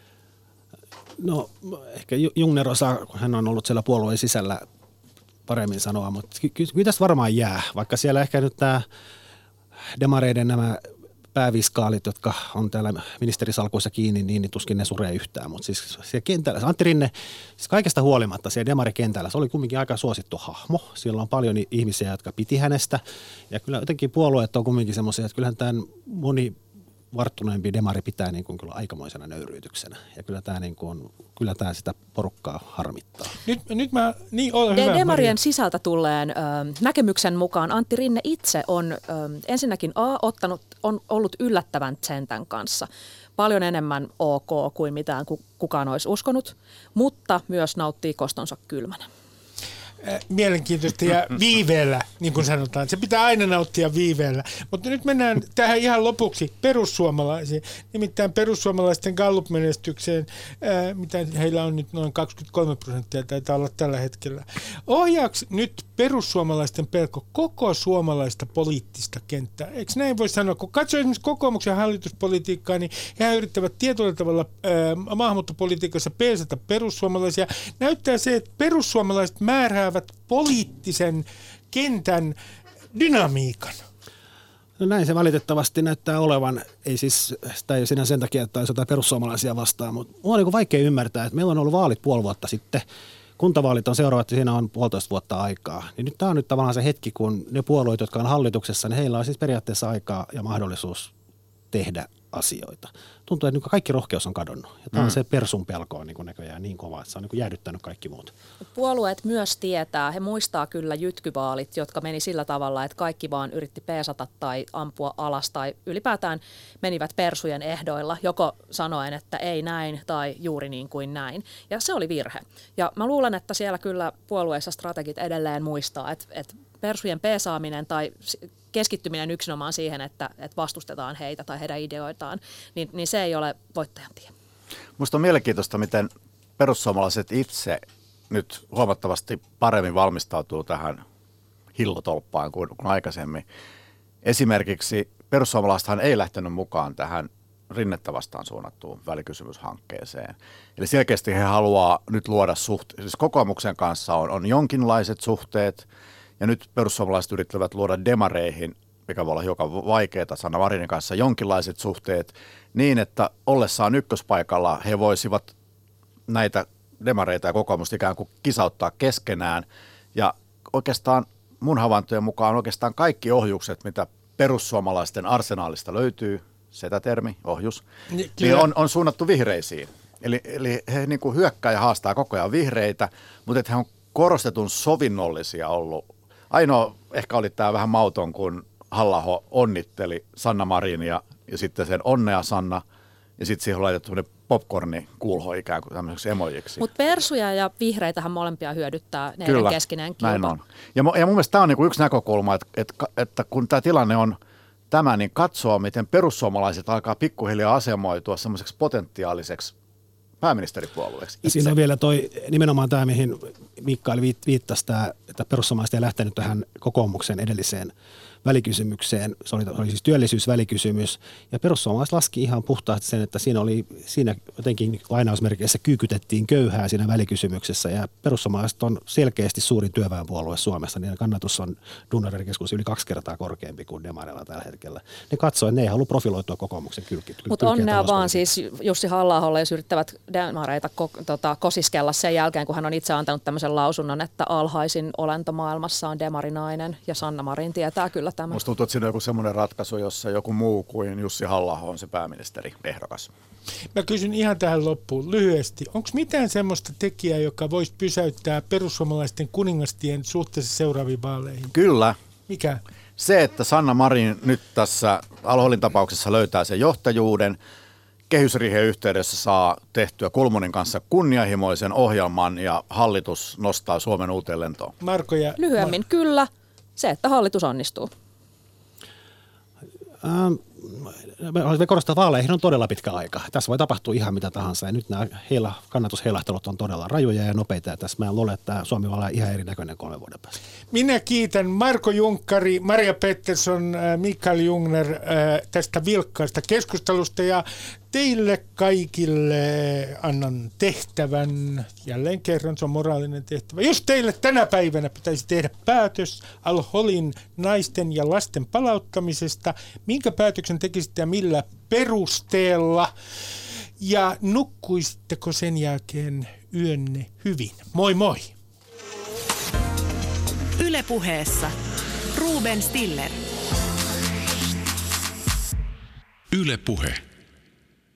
No ehkä Jungner osaa, kun hän on ollut siellä puolueen sisällä, paremmin sanoa, mutta kyllä tästä varmaan jää, vaikka siellä ehkä nyt tämä demareiden nämä pääviskaalit, jotka on täällä ministerisalkuissa kiinni, niin, niin tuskin ne suree yhtään, mutta siis siellä kentällä, Antti Rinne, siis kaikesta huolimatta siellä demarikentällä, se oli kumminkin aika suosittu hahmo, siellä on paljon ihmisiä, jotka piti hänestä, ja kyllä jotenkin puolueet on kumminkin semmoisia, että kyllähän tämän moni varttuneempi demari pitää niin kuin kyllä aikamoisena nöyryytyksenä. Ja kyllä tämä, niin kuin, kyllä tämä sitä porukkaa harmittaa. Nyt, nyt mä, niin ole De- hyvä, Demarien Maria. sisältä tulleen ö, näkemyksen mukaan Antti Rinne itse on ö, ensinnäkin A, ottanut, on ollut yllättävän tsentän kanssa. Paljon enemmän ok kuin mitään kukaan olisi uskonut, mutta myös nauttii kostonsa kylmänä. Mielenkiintoista ja viiveellä, niin kuin sanotaan. Se pitää aina nauttia viiveellä. Mutta nyt mennään tähän ihan lopuksi perussuomalaisiin. Nimittäin perussuomalaisten Gallup-menestykseen, ää, mitä heillä on nyt noin kaksikymmentäkolme prosenttia, taitaa olla tällä hetkellä. Ohjaaks nyt perussuomalaisten pelko koko suomalaista poliittista kenttää? Eikö näin voi sanoa? Kun katsoo esimerkiksi kokoomuksen hallituspolitiikkaa, niin he yrittävät tietyllä tavalla ää, maahanmuuttopolitiikassa peesata perussuomalaisia. Näyttää se, että perussuomalaiset määräävät poliittisen kentän dynamiikan. No näin se valitettavasti näyttää olevan. Ei siis, sitä ei sinä sen takia, että olisi jotain perussuomalaisia vastaan, mutta minua on niin vaikea ymmärtää, että meillä on ollut vaalit puoli vuotta sitten. Kuntavaalit on seuraavat, siinä on puolitoista vuotta aikaa. Niin nyt tämä on nyt tavallaan se hetki, kun ne puolueet, jotka on hallituksessa, niin heillä on siis periaatteessa aikaa ja mahdollisuus tehdä asioita. Tuntuu, että kaikki rohkeus on kadonnut. Ja tämä on mm. se persun pelko on niin näköjään niin kova, että se on niin jäädyttänyt kaikki muut. Puolueet myös tietää, he muistaa kyllä jytkyvaalit, jotka meni sillä tavalla, että kaikki vaan yritti peesata tai ampua alas tai ylipäätään menivät persujen ehdoilla, joko sanoen, että ei näin tai juuri niin kuin näin. Ja se oli virhe. Ja mä luulen, että siellä kyllä puolueissa strategit edelleen muistaa, että, että persujen peesaaminen tai keskittyminen yksinomaan siihen, että, että vastustetaan heitä tai heidän ideoitaan, niin, niin se ei ole voittajan tie. Minusta on mielenkiintoista, miten perussuomalaiset itse nyt huomattavasti paremmin valmistautuu tähän hillotolppaan kuin, kuin aikaisemmin. Esimerkiksi perussuomalaisethan ei lähtenyt mukaan tähän Rinnettä vastaan suunnattuun välikysymyshankkeeseen. Eli selkeästi he haluaa nyt luoda suhteet. Siis kokoomuksen kanssa on, on jonkinlaiset suhteet. Ja nyt perussuomalaiset yrittävät luoda demareihin, mikä voi olla hiukan vaikeaa Sanna Marinin kanssa, jonkinlaiset suhteet niin, että ollessaan ykköspaikalla he voisivat näitä demareita ja kokoomusta ikään kuin kisauttaa keskenään. Ja oikeastaan mun havaintojen mukaan oikeastaan kaikki ohjukset, mitä perussuomalaisten arsenaalista löytyy, setätermi, ohjus, niin, niin on, on suunnattu vihreisiin. Eli, eli he niin kuin hyökkää ja haastaa koko ajan vihreitä, mutta että he on korostetun sovinnollisia ollut. Ainoa ehkä oli tämä vähän mauton, kun Halla-aho onnitteli Sanna Marinia ja sitten sen onnea Sanna ja sitten siihen on laitettu popcorni kuulho ikään kuin tämmöiseksi emojiksi. Mutta persuja ja vihreitähän molempia hyödyttää näiden Kyllä, keskinen kilpa. näin on. Ja, ja mun mielestä tämä on niinku yksi näkökulma, että, että, että kun tämä tilanne on tämä, niin katsoa, miten perussuomalaiset alkaa pikkuhiljaa asemoitua semmoiseksi potentiaaliseksi pääministeripuolueeksi. Itse. Siinä on vielä toi, nimenomaan tämä, mihin Mikael viittasi, tämä, että perussuomalaiset ei lähtenyt tähän kokoomuksen edelliseen välikysymykseen. Se oli, oli siis työllisyysvälikysymys. Ja perussuomalaiset laski ihan puhtaasti sen, että siinä oli, siinä jotenkin lainausmerkeissä kyykytettiin köyhää siinä välikysymyksessä. Ja perussuomalaiset on selkeästi suurin työväenpuolue Suomessa. Niiden kannatus on Duunareiden keskuudessa yli kaksi kertaa korkeampi kuin Demarilla tällä hetkellä. Ne katsoo, että ne ei halua profiloitua kokoomuksen kylki. Mutta onnea vaan siis Jussi Halla-aholle, jos yrittävät Demareita ko- tota, kosiskella sen jälkeen, kun hän on itse antanut tämmöisen lausunnon, että alhaisin olento maailmassa on demarinainen ja Sanna Marin tietää kyllä tämä. Musta tuntuu, että siinä on joku semmoinen ratkaisu, jossa joku muu kuin Jussi Halla-aho on se pääministeri ehdokas. Mä kysyn ihan tähän loppuun lyhyesti. Onko mitään semmoista tekijää, joka voisi pysäyttää perussuomalaisten kuningastien suhteessa seuraaviin vaaleihin? Kyllä. Mikä? Se, että Sanna Marin nyt tässä Al-Holin tapauksessa löytää sen johtajuuden, kehysriihen yhteydessä saa tehtyä Kulmunin kanssa kunnianhimoisen ohjelman ja hallitus nostaa Suomen uuteen lentoon. Marko ja Lyhyemmin, Mar- kyllä. Se, että hallitus onnistuu. Ähm, me korostaa, vaaleihin on todella pitkä aika. Tässä voi tapahtua ihan mitä tahansa. Ja nyt nämä heila, kannatusheilahtelut on todella rajoja ja nopeita. Ja tässä mä luulen, että Suomi voi olla ihan erinäköinen kolmen vuoden päästä. Minä kiitän Marko Junkkari, Maria Pettersson, Mikael Jungner tästä vilkkaasta keskustelusta. Ja teille kaikille annan tehtävän, jälleen kerran se on moraalinen tehtävä. Jos teille tänä päivänä pitäisi tehdä päätös Al-Holin naisten ja lasten palauttamisesta, minkä päätöksen tekisitte ja millä perusteella? Ja nukkuisitteko sen jälkeen yönne hyvin? Moi moi! Yle Puheessa Ruben Stiller. Yle Puhe.